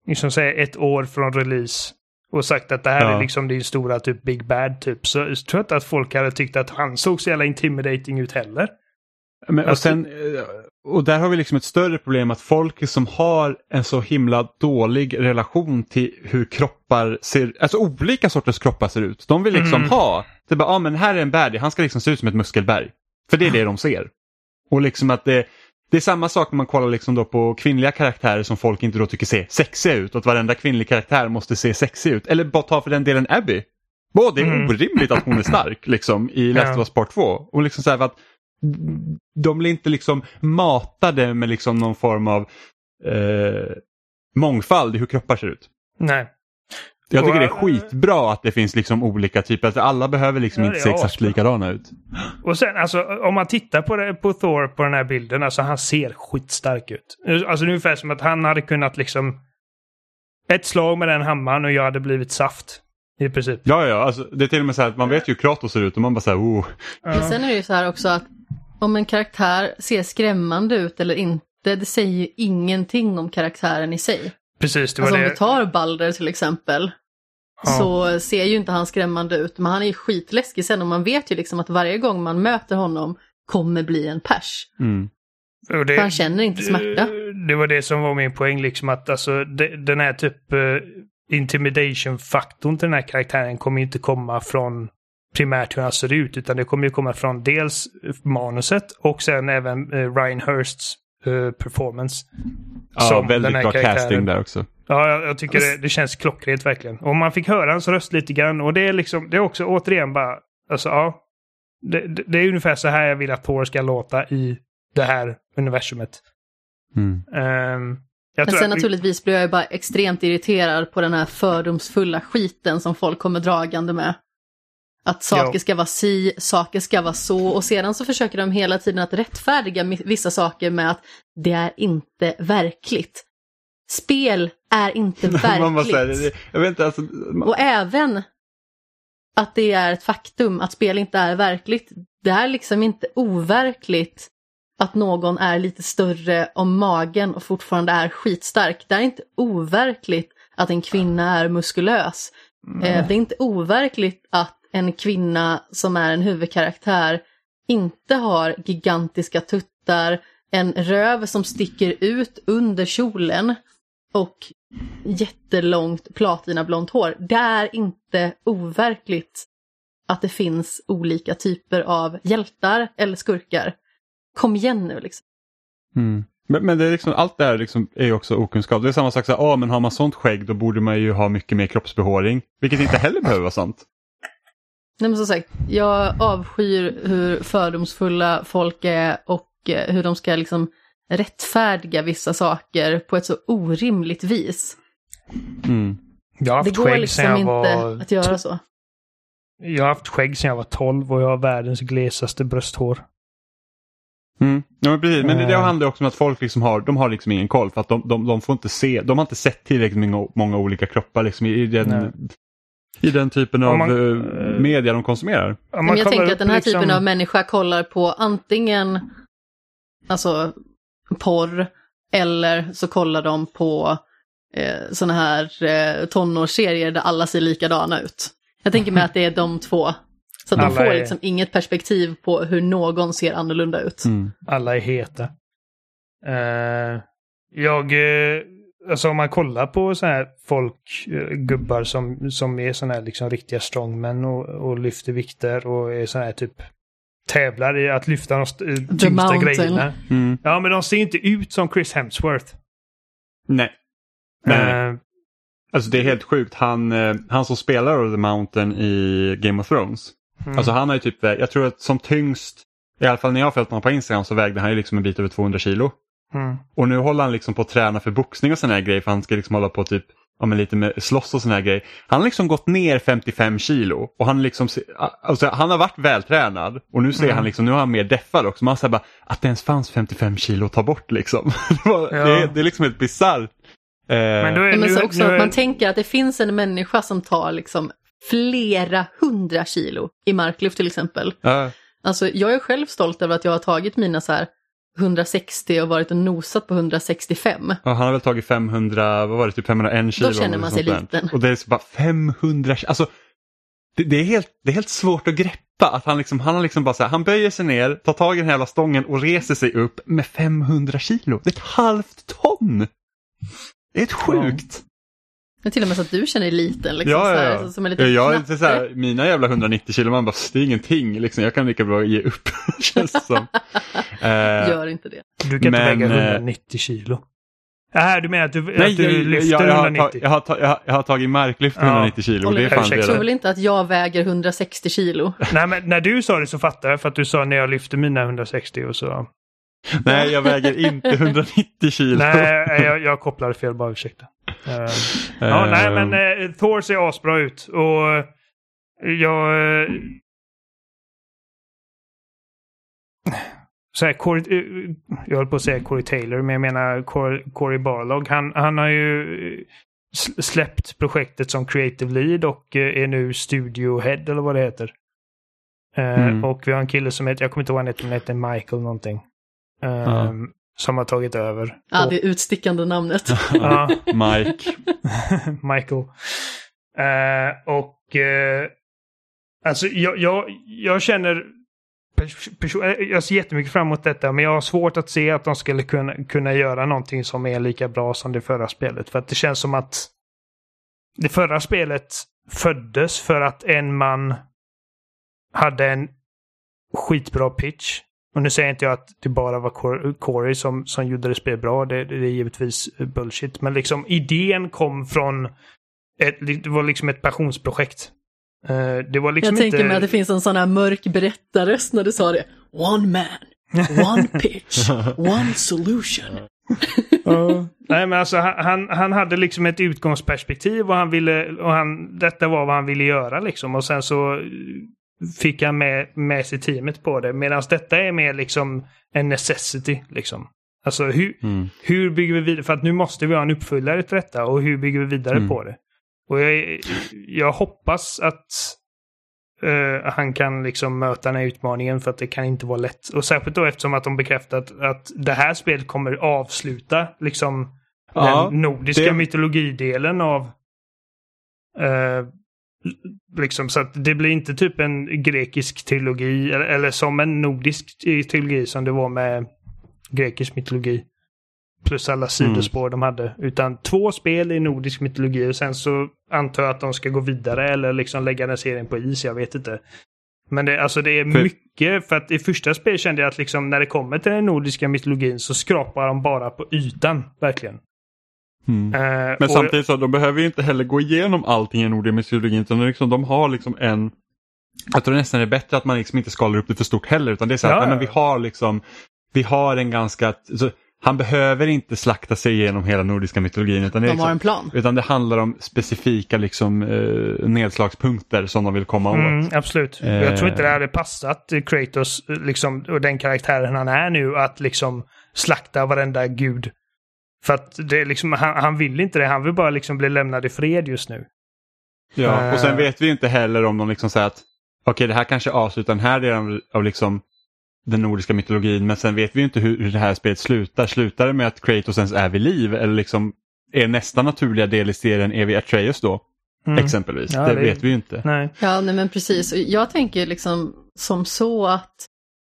liksom säga ett år från release och sagt att det här ja. är liksom din stora typ Big Bad typ, så jag tror inte att folk hade tyckt att han såg så jävla intimidating ut heller. Men, och, sen, och där har vi liksom ett större problem att folk som har en så himla dålig relation till hur kroppar ser, alltså olika sorters kroppar ser ut. De vill liksom mm. ha, det bara, ja men här är en baddie, han ska liksom se ut som ett muskelberg. För det är det de ser. Och liksom att det, det är samma sak när man kollar liksom då på kvinnliga karaktärer som folk inte då tycker ser sexiga ut. Och att varenda kvinnlig karaktär måste se sexig ut. Eller bara ta för den delen Abby. Både det är mm. orimligt att hon är stark liksom i Last of Us Part två. Och liksom så här för att de blir inte liksom matade med liksom någon form av eh, mångfald i hur kroppar ser ut. Nej. Jag tycker och, det är skitbra att det finns liksom olika typer. Alltså alla behöver liksom ja, inte se exakt likadana ut. Och sen alltså om man tittar på, det, på Thor på den här bilden, alltså han ser skitstark ut. Alltså ungefär som att han hade kunnat liksom ett slag med den hammaren och jag hade blivit saft. I princip. Ja, ja. Alltså, det är till och med så här att man vet ju hur Kratos ser ut och man bara säger oh. Men sen är det ju så här också att om en karaktär ser skrämmande ut eller inte, det säger ju ingenting om karaktären i sig. Precis, det var alltså det. Om vi tar Balder till exempel ja. Så ser ju inte han skrämmande ut, men han är ju skitläskig sen och man vet ju liksom att varje gång man möter honom kommer bli en pers. Mm. Och det, han känner inte smärta. Det, det var det som var min poäng liksom att alltså, det, den här typ uh, intimidation-faktorn till den här karaktären kommer ju inte komma från primärt hur han ser ut, utan det kommer ju komma från dels manuset och sen även uh, Ryan Hursts uh, performance. Ja, väldigt bra casting där också. Ja, jag, jag tycker det, det känns klockrent verkligen. Och man fick höra hans röst lite grann och det är liksom, det är också återigen bara, alltså ja, det, det, det är ungefär så här jag vill att Thor ska låta i det här universumet. Mm. Um, Men sen att... naturligtvis blir jag ju bara extremt irriterad på den här fördomsfulla skiten som folk kommer dragande med. Att saker jo. ska vara si, saker ska vara så. Och sedan så försöker de hela tiden att rättfärdiga vissa saker med att det är inte verkligt. Spel är inte verkligt. Här, jag vet inte, alltså, man... Och även att det är ett faktum att spel inte är verkligt. Det är liksom inte overkligt att någon är lite större om magen och fortfarande är skitstark. Det är inte overkligt att en kvinna är muskulös. Mm. Det är inte overkligt att en kvinna som är en huvudkaraktär inte har gigantiska tuttar, en röv som sticker ut under kjolen och jättelångt platinablont hår. Det är inte overkligt att det finns olika typer av hjältar eller skurkar. Kom igen nu liksom. Mm. Men, men det är liksom, allt det här liksom är ju också okunskap. Det är samma sak så här, ah, men har man sånt skägg då borde man ju ha mycket mer kroppsbehåring. Vilket inte heller behöver vara sant. Nej men som sagt, jag avskyr hur fördomsfulla folk är och hur de ska liksom rättfärdiga vissa saker på ett så orimligt vis. Mm. Jag har haft det går liksom jag inte var... att göra så. Jag har haft skägg sedan jag var tolv och jag har världens glesaste brösthår. Mm. Ja, men precis. Men det, det handlar också om att folk liksom har, de har liksom ingen koll för att de, de, de får inte se, de har inte sett tillräckligt många, många olika kroppar liksom i, i, den, i den typen av man, uh, media de konsumerar. Men jag tänker att den här liksom... typen av människa kollar på antingen alltså porr eller så kollar de på eh, såna här eh, tonårsserier där alla ser likadana ut. Jag tänker mig att det är de två. Så att de får är... liksom inget perspektiv på hur någon ser annorlunda ut. Mm. Alla är heta. Uh, jag, uh, alltså om man kollar på så här folk, uh, gubbar som, som är såna här liksom riktiga strongmen och, och lyfter vikter och är såna här typ tävlar i att lyfta de st- tyngsta grejerna. Mm. Ja, men de ser inte ut som Chris Hemsworth. Nej. Nej, uh, nej. Alltså det är helt sjukt. Han, uh, han som spelar The Mountain i Game of Thrones. Mm. Alltså han har ju typ, jag tror att som tyngst, i alla fall när jag har följt honom på Instagram så vägde han ju liksom en bit över tvåhundra kilo. Mm. Och nu håller han liksom på att träna för boxning och sån här grejer för han ska liksom hålla på typ, ja men lite med slåss och sån här grejer. Han har liksom gått ner femtiofem kilo och han liksom, alltså han har varit vältränad och nu ser mm. han liksom, nu har han mer deffad också. Man säger bara, att det ens fanns femtiofem kilo att ta bort liksom. det, var, ja. det, är, det är liksom ett bizarrt. Eh... Men, då är, men så nu, också nu är... att man tänker att det finns en människa som tar liksom flera hundra kilo i marklyft till exempel. Uh. Alltså jag är själv stolt över att jag har tagit mina så här hundrasextio och varit och nosat på hundrasextiofem. Ja, han har väl tagit femhundra, vad var det, typ femhundraen kilo. Då känner man sig liten. Och det är så bara femhundra, alltså det, det, är helt, det är helt svårt att greppa att han liksom, han har liksom bara så här, han böjer sig ner, tar tag i den här jävla stången och reser sig upp med femhundra kilo. Det är ett halvt ton! Det är ett sjukt! Det är till och med så att du känner dig liten. Liksom, ja, ja, ja. Så här, som en liten jag är inte så här, mina jävla hundranittio kilo, man bara, det är ingenting. Liksom, jag kan lika bra ge upp, känns det som. uh, Gör inte det. Du kan men, inte väga hundranittio kilo. Äh, du menar att du, nej, att du jag, lyfter jag, jag, hundranittio? Jag har, ta, jag, har, jag har tagit marklyft på ja. hundranittio kilo. Det är fan jag tror väl inte att jag väger hundrasextio kilo. Nej, men när du sa det så fattade jag, för att du sa när jag lyfter mina hundrasextio och så. Nej, jag väger inte hundranittio kilo. Nej, jag, jag kopplade fel, bara ursäkta. Uh, uh, ja, nej, men uh, Thor ser asbra ut. Och uh, jag... Uh, så här, Corey, uh, jag höll på att säga Corey Taylor, men jag menar Corey, Corey Barlog. Han, han har ju släppt projektet som creative lead och uh, är nu studio head, eller vad det heter. Uh, mm. Och vi har en kille som heter, jag kommer inte ihåg vad han heter, han heter Michael någonting. Um, ja. Som har tagit över. Ja, det utstickande namnet. Ja. Mike. Michael. Uh, och uh, alltså jag, jag, jag känner pers- pers- jag ser jättemycket fram emot detta, men jag har svårt att se att de skulle kunna, kunna göra någonting som är lika bra som det förra spelet. För att det känns som att det förra spelet föddes för att en man hade en skitbra pitch. Och nu säger inte jag att det bara var Corey som, som gjorde det spel bra. Det, det är givetvis bullshit. Men liksom idén kom från ett, det var liksom ett passionsprojekt. Uh, det var liksom jag tänker inte... mig att det finns en sån här mörk berättarröst när du sa det. One man, one pitch, one solution. uh, nej, men alltså han, han hade liksom ett utgångsperspektiv och han ville, och han, detta var vad han ville göra liksom. Och sen så fick han med, med sig teamet på det. Medan detta är mer liksom en necessity liksom. Alltså hur, mm. hur bygger vi vidare? För att nu måste vi ha en uppföljare till detta. Och hur bygger vi vidare mm. på det? Och jag, jag hoppas att uh, han kan liksom möta den här utmaningen, för att det kan inte vara lätt. Och särskilt då eftersom att de bekräftat att det här spelet kommer avsluta liksom ja, den nordiska det... mytologidelen av uh, liksom, så att det blir inte typ en grekisk trilogi eller, eller som en nordisk trilogi som det var med grekisk mytologi plus alla sidospår mm. de hade, utan två spel i nordisk mytologi och sen så antar jag att de ska gå vidare eller liksom lägga den serien på is, jag vet inte. Men det, alltså det är för... mycket, för att i första spel kände jag att liksom när det kommer till den nordiska mytologin så skrapar de bara på ytan, verkligen. Mm. Uh, Men samtidigt så de behöver ju inte heller gå igenom allting i nordisk mytologin, utan liksom, de har liksom en, jag tror nästan det är bättre att man liksom inte skalar upp det för stort heller, utan det är så att ja. nej, men vi har liksom vi har en ganska så, han behöver inte slakta sig igenom hela nordiska mytologin, utan det, är de har liksom, en plan. Utan det handlar om specifika liksom, eh, nedslagspunkter som de vill komma mm, åt. Absolut. Eh. Jag tror inte det hade passat Kratos liksom, och den karaktären han är nu att liksom slakta varenda gud. För att det är liksom, han, han vill inte det, han vill bara liksom bli lämnad i fred just nu. Ja, uh. och sen vet vi inte heller om de liksom säger att okej, okay, det här kanske avslutar den här delen av liksom den nordiska mytologin, men sen vet vi inte hur, hur det här spelet slutar. Slutar det med att Kratos ens är vid liv, eller liksom är nästa naturliga del i serien är vi Atreus då? Mm. Exempelvis. Ja, det, det vet vi ju inte. Nej. Ja, nej, men precis. Jag tänker liksom som så att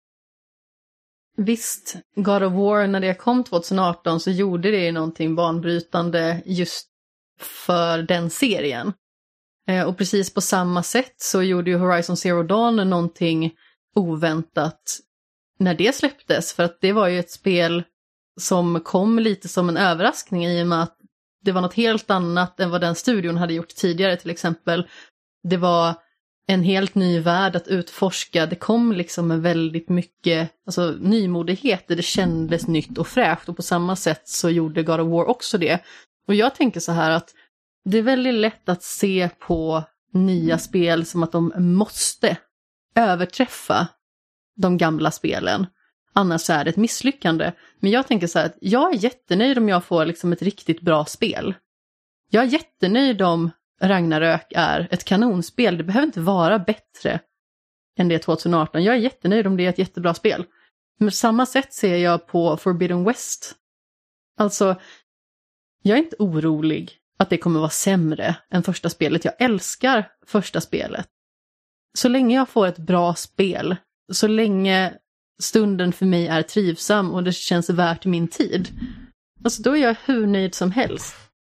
visst, God of War när det kom tjugoarton så gjorde det någonting banbrytande just för den serien. Eh, och precis på samma sätt så gjorde ju Horizon Zero Dawn någonting oväntat när det släpptes. För att det var ju ett spel som kom lite som en överraskning i och med att det var något helt annat än vad den studion hade gjort tidigare till exempel. Det var en helt ny värld att utforska. Det kom liksom med väldigt mycket alltså, nymodigheter. Det kändes nytt och fräscht. Och på samma sätt så gjorde God of War också det. Och jag tänker så här att det är väldigt lätt att se på nya spel som att de måste överträffa de gamla spelen. Annars så är det ett misslyckande. Men jag tänker så här att jag är jättenöjd om jag får liksom ett riktigt bra spel. Jag är jättenöjd om Ragnarök är ett kanonspel. Det behöver inte vara bättre än det tjugoarton. Jag är jättenöjd om det är ett jättebra spel. Men samma sätt ser jag på Forbidden West. Alltså, jag är inte orolig att det kommer vara sämre än första spelet. Jag älskar första spelet. Så länge jag får ett bra spel, så länge stunden för mig är trivsam och det känns värt min tid, alltså då är jag hur nöjd som helst.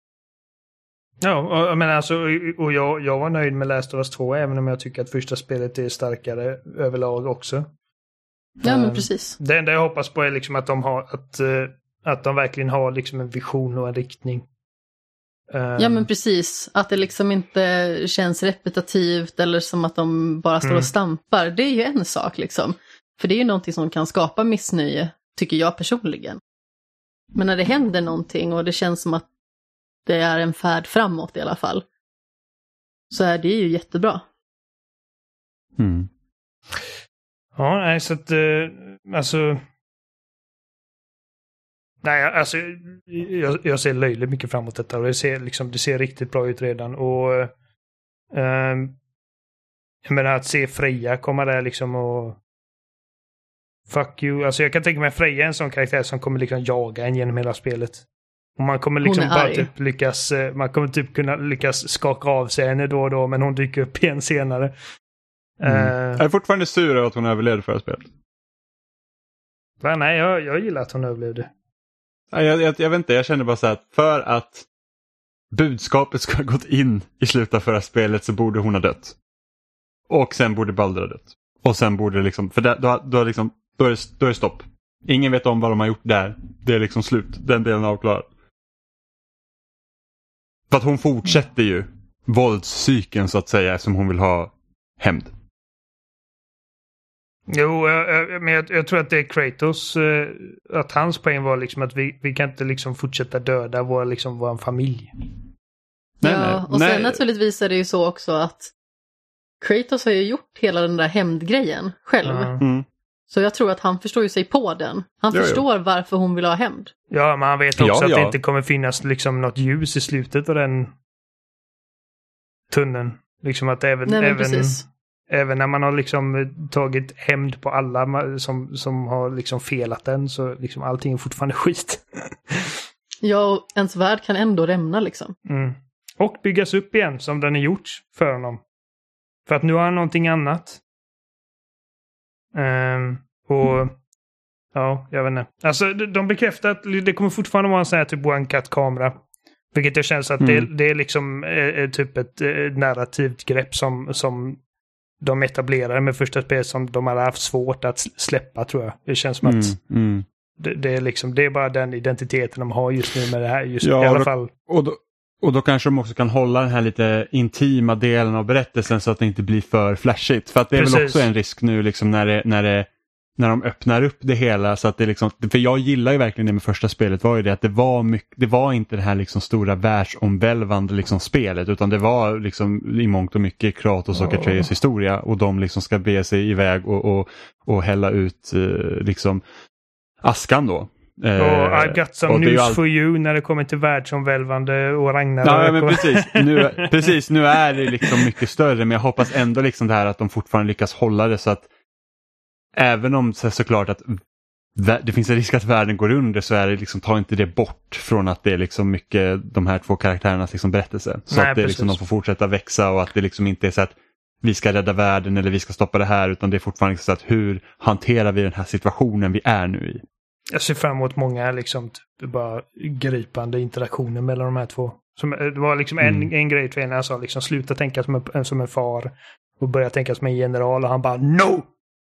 Ja, men alltså, och jag, jag var nöjd med Last of Us två, även om jag tycker att första spelet är starkare överlag också. Ja, men precis. Det enda jag hoppas på är liksom att de har att, att de verkligen har liksom en vision och en riktning. Ja, men precis. Att det liksom inte känns repetitivt eller som att de bara står mm. och stampar. Det är ju en sak liksom. För det är ju någonting som kan skapa missnöje, tycker jag personligen. Men när det händer någonting och det känns som att det är en färd framåt i alla fall, så är det ju jättebra. Mm. Ja, nej, så att eh, alltså nej, alltså jag, jag ser löjligt mycket framåt detta och det ser liksom, det ser riktigt bra ut redan och eh, jag menar att se Freja komma där liksom och fuck you, alltså jag kan tänka mig Freja är en sån karaktär som kommer liksom jaga en genom hela spelet. Och man kommer liksom bara typ lyckas, man kommer typ kunna lyckas skaka av sig henne då och då, men hon dyker upp igen senare. Mm. Uh, jag är fortfarande sur över att hon överlevde förra spelet. Va, nej, jag, jag gillar att hon överlevde. Jag, jag, jag vet inte, jag känner bara så att för att budskapet ska ha gått in i slutet av förra spelet så borde hon ha dött. Och sen borde Baldur ha dött. Och sen borde liksom, för där, då, då, liksom, då, är det, då är det stopp. Ingen vet om vad de har gjort där. Det är liksom slut, den delen är avklarad. För att hon fortsätter ju våldscykeln så att säga, som hon vill ha hämnd. Jo, jag, jag, men jag, jag tror att det är Kratos, eh, att hans poäng var liksom att vi, vi kan inte liksom fortsätta döda vår, liksom, vår familj. Nej, ja, nej, och sen nej. Naturligtvis är det ju så också att Kratos har ju gjort hela den där hämndgrejen själv. Mm. Så jag tror att han förstår ju sig på den. Han jo, förstår jo. varför hon vill ha hämnd. Ja, men han vet också ja, att ja. det inte kommer finnas liksom något ljus i slutet av den tunneln. Liksom att även, Nej, även, även när man har liksom tagit hämnd på alla som, som har liksom felat den, så liksom allting är fortfarande skit. Ja, och ens värld kan ändå rämna liksom. Mm. Och byggas upp igen som den är gjort för honom. För att nu har han någonting annat. Um, och ja, jag vet inte. Alltså de bekräftar att det kommer fortfarande vara en sån här typ one-cut-kamera. Vilket jag känns att mm. det, det är liksom är typ ett, ett narrativt grepp som, som de etablerar med första spelet som de har haft svårt att släppa, tror jag. Det känns som mm. att mm. Det, det är liksom, det är bara den identiteten de har just nu med det här. Just ja, i alla och då, fall. Och då, och då kanske de också kan hålla den här lite intima delen av berättelsen så att det inte blir för flashigt. För att det är Precis. väl också en risk nu liksom när det, när det när de öppnar upp det hela så att det liksom, för jag gillar ju verkligen det med första spelet var ju det att det var mycket, det var inte det här liksom stora världsomvälvande liksom spelet, utan det var liksom i mångt och mycket Kratos och Atreus historia, och de liksom ska be sig iväg och, och, och hälla ut eh, liksom askan då. Och uh, I got some news all... for you när det kommer till världsomvälvande och Ragnarök. Ja, men precis. Nu, precis, nu är det liksom mycket större, men jag hoppas ändå liksom det här att de fortfarande lyckas hålla det så att även om så såklart att det finns en risk att världen går under, så är det liksom, ta inte det bort från att det är liksom mycket de här två karaktärernas liksom berättelse. Så Nej, att det liksom, de får fortsätta växa, och att det liksom inte är så att vi ska rädda världen eller vi ska stoppa det här, utan det är fortfarande så att hur hanterar vi den här situationen vi är nu i. Jag ser fram emot många liksom typ, bara gripande interaktioner mellan de här två. Som, det var liksom en, mm. en grej till en när jag sa liksom, sluta tänka som en, som en far och börja tänka som en general, och han bara no!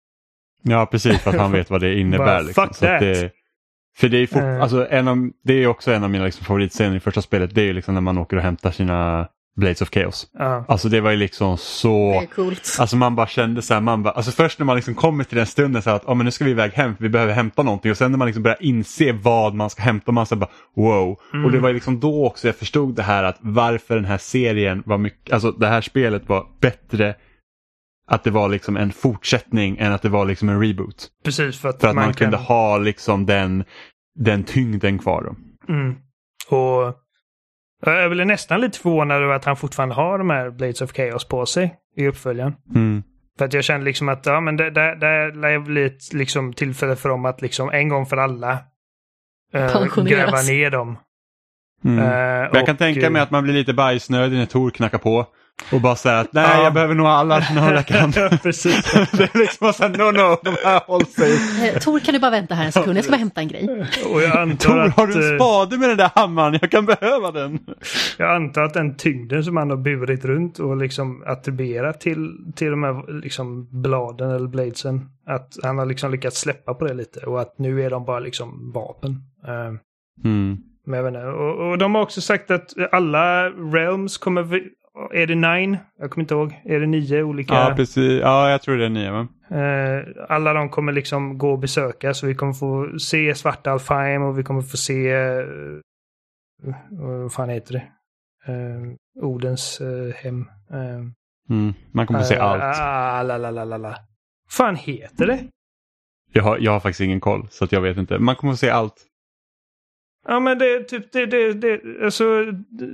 Ja, precis, för att han vet vad det innebär. liksom. Så att det, för det är, fort, uh. alltså, en av, det är också en av mina liksom, favoritscener i första spelet. Det är ju liksom när man åker och hämtar sina Blades of Chaos. Uh. Alltså det var ju liksom så... Det är coolt. Alltså man bara kände så här, man bara, alltså först när man liksom kommer till den stunden så här att oh, men nu ska vi iväg hem, vi behöver hämta någonting. Och sen när man liksom börjar inse vad man ska hämta, man så bara wow. Mm. Och det var ju liksom då också jag förstod det här att varför den här serien var mycket, alltså det här spelet var bättre, att det var liksom en fortsättning än att det var liksom en reboot. Precis, för att, för att man, man kunde kan... ha liksom den, den tyngden kvar då. Mm. Och jag blev nästan lite förvånad över att han fortfarande har de här Blades of Chaos på sig i uppföljaren. Mm. För att jag kände liksom att ja, men det, det, det lär bli ett liksom, tillfälle för dem att liksom, en gång för alla uh, gräva ner dem. Mm. Uh, jag och, kan tänka mig att man blir lite bajsnödig när Tor knackar på och bara säger att nej, ja. jag behöver nog alla snöre jag kan. Ja, precis. Det är liksom så här, no, no, de här håller sig. Eh, Tor, kan du bara vänta här en sekund? Jag ska bara hämta en grej. Och jag antar Tor, att, har du en spade med den där hammaren? Jag kan behöva den. Jag antar att den tyngden som han har burit runt och liksom attribuerat till, till de här liksom bladen eller bladesen, att han har liksom lyckats släppa på det lite och att nu är de bara liksom vapen. Uh, mm. Men jag vet inte. Och, och de har också sagt att alla realms kommer... Är det nine? Jag kommer inte ihåg. Är det nio olika? Ja, precis. Ja, jag tror det är nio. Va? Uh, alla de kommer liksom gå och besöka. Så vi kommer få se Svarta Alfheim och vi kommer få se... Uh, vad fan heter det? Uh, Odens uh, hem. Uh, mm, man kommer få se uh, allt. Ah, la, la, la, la, la. Fan heter det? Jag har, jag har faktiskt ingen koll, så att jag vet inte. Man kommer få se allt. Ja, men det är typ... Det, det, det, alltså... Det,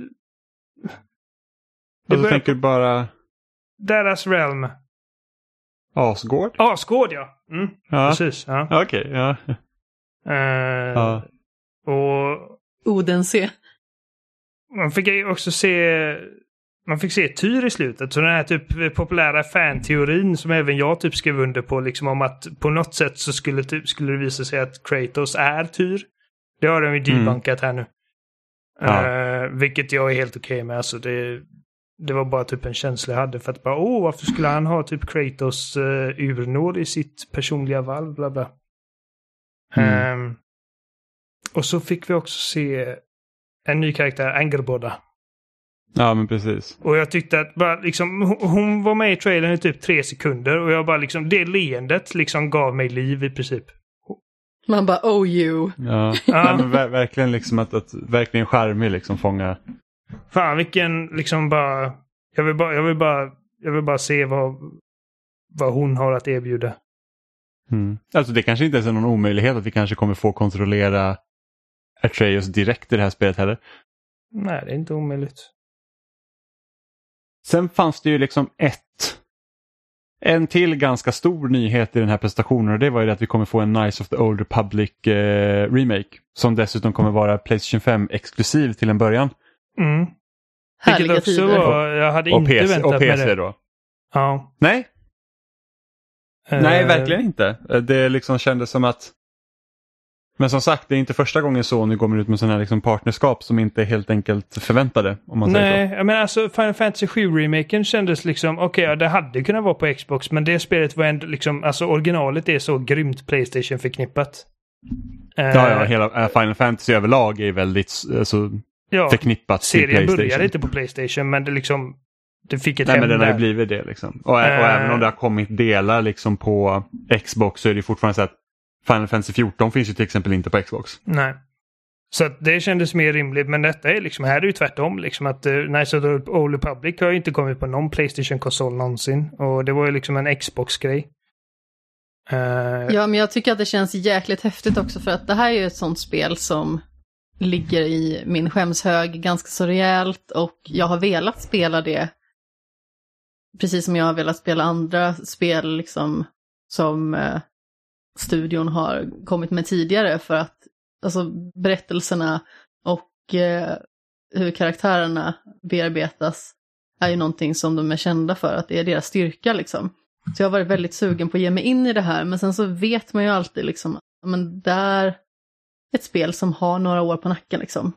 och så tänker du bara... Deras realm. Asgård? Asgård, ja. Mm, ja. Precis. Ja. Okej, okay, ja. Uh, ja. Och... Odense. Man fick också se... Man fick se Tyr i slutet. Så den här typ populära fan-teorin som även jag typ skrev under på. Liksom om att på något sätt så skulle, typ, skulle det visa sig att Kratos är Tyr. Det har de ju debunkat mm. här nu. Ja. Uh, vilket jag är helt okej okay med. Alltså det... Det var bara typ en känsla jag hade för att bara, åh, varför skulle han ha typ Kratos uh, urnår i sitt personliga valv, bla bla. Mm. Um, och så fick vi också se en ny karaktär, Angerboda. Ja, men precis. Och jag tyckte att bara liksom, hon var med i trailern i typ tre sekunder och jag bara liksom, det leendet liksom gav mig liv i princip. Man bara, oh you. Ja, ja. Men ver- verkligen liksom att, att verkligen charmig liksom fånga. Fan, vilken liksom bara jag vill bara jag vill bara jag vill bara se vad vad hon har att erbjuda. Mm. Alltså det kanske inte är någon omöjlighet att vi kanske kommer få kontrollera Atreus direkt i det här spelet heller. Nej, det är inte omöjligt. Sen fanns det ju liksom ett en till ganska stor nyhet i den här presentationen och det var ju att vi kommer få en Knights of the Old Republic eh, remake som dessutom kommer vara PlayStation fem exklusiv till en början. Mm. Härliga tider. Var, jag hade och inte P C, väntat och P C med det. Då. Ja. Nej. Uh... Nej, verkligen inte. Det liksom kändes som att men som sagt, det är inte första gången Sony kommer ut med sådana här liksom partnerskap som inte är helt enkelt förväntade. Om man Nej, säger så. jag menar alltså Final Fantasy sju-remaken kändes liksom, okej, okay, ja, det hade kunnat vara på Xbox, men det spelet var ändå liksom, alltså originalet är så grymt PlayStation förknippat. Uh... Ja, ja, hela Final Fantasy överlag är väldigt alltså, ja, förknippat till PlayStation. Serien började inte på PlayStation, men det liksom det fick ett Nej, hem men den där. har ju blivit det liksom. Och, uh... och även om det har kommit delar liksom på Xbox så är det fortfarande så att Final Fantasy fjorton finns ju till exempel inte på Xbox. Nej. Så att det kändes mer rimligt, men detta är liksom, här är ju tvärtom liksom att uh, Knights of the Old Republic har ju inte kommit på någon PlayStation-konsol någonsin. Och det var ju liksom en Xbox-grej. Uh... Ja, men jag tycker att det känns jäkligt häftigt också för att det här är ju ett sånt spel som ligger i min skämshög ganska så rejält och jag har velat spela det precis som jag har velat spela andra spel liksom som uh, studion har kommit med tidigare för att alltså berättelserna och uh, hur karaktärerna bearbetas är ju någonting som de är kända för att det är deras styrka liksom. Så jag har varit väldigt sugen på att ge mig in i det här men sen så vet man ju alltid liksom men där ett spel som har några år på nacken liksom.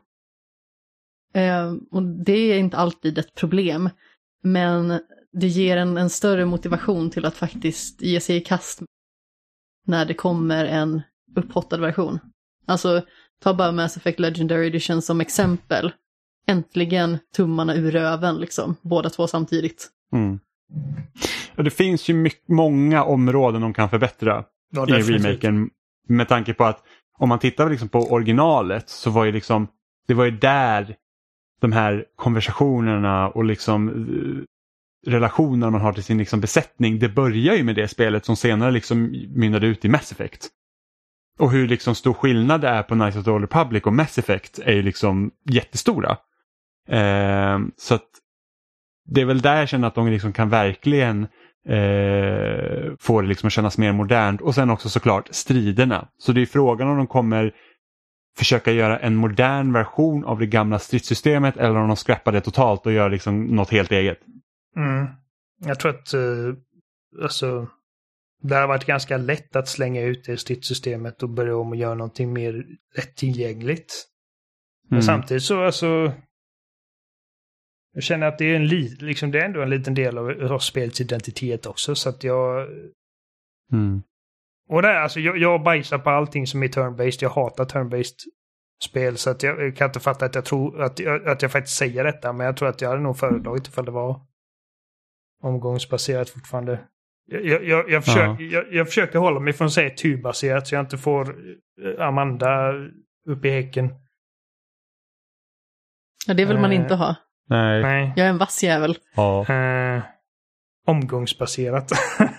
Eh, och det är inte alltid ett problem. Men det ger en, en större motivation till att faktiskt ge sig i kast när det kommer en upphottad version. Alltså, ta bara Mass Effect Legendary Edition som exempel. Äntligen tummarna ur röven liksom. Båda två samtidigt. Mm. Och det finns ju mycket, många områden de kan förbättra ja, i remaken. Med tanke på att om man tittar liksom på originalet så var ju liksom det var ju där de här konversationerna och liksom uh, relationerna man har till sin liksom besättning, det börjar ju med det spelet som senare liksom mynnade ut i Mass Effect. Och hur liksom stor skillnad det är på Knights of the Old Republic och Mass Effect är ju liksom jättestora. Uh, så att det är väl där jag känner att de liksom kan verkligen eh, får det liksom att kännas mer modernt. Och sen också såklart striderna. Så det är frågan om de kommer försöka göra en modern version av det gamla stridssystemet eller om de scrappar det totalt och gör liksom något helt eget. Mm. Jag tror att uh, alltså, det har varit ganska lätt att slänga ut det stridssystemet och börja om och göra någonting mer lättillgängligt. Men mm. samtidigt så alltså jag känner att det är en li- liksom det är ändå en liten del av, av spelets identitet också, så att jag mm. och det är, alltså jag, jag bajsar på allting som är turn-based. Jag hatar turn-based spel, så att jag kan inte fatta att jag tror att jag, att jag faktiskt säger detta, men jag tror att jag hade nog föredragit ifall det var omgångsbaserat fortfarande. Jag, jag, jag, jag, försöker, ja. jag, jag försöker hålla mig från att säga turbaserat så jag inte får Amanda upp i häcken. Ja, det vill man uh, inte ha. Nej. nej. Jag är en vass jävel. Ja. Uh, omgångsbaserat.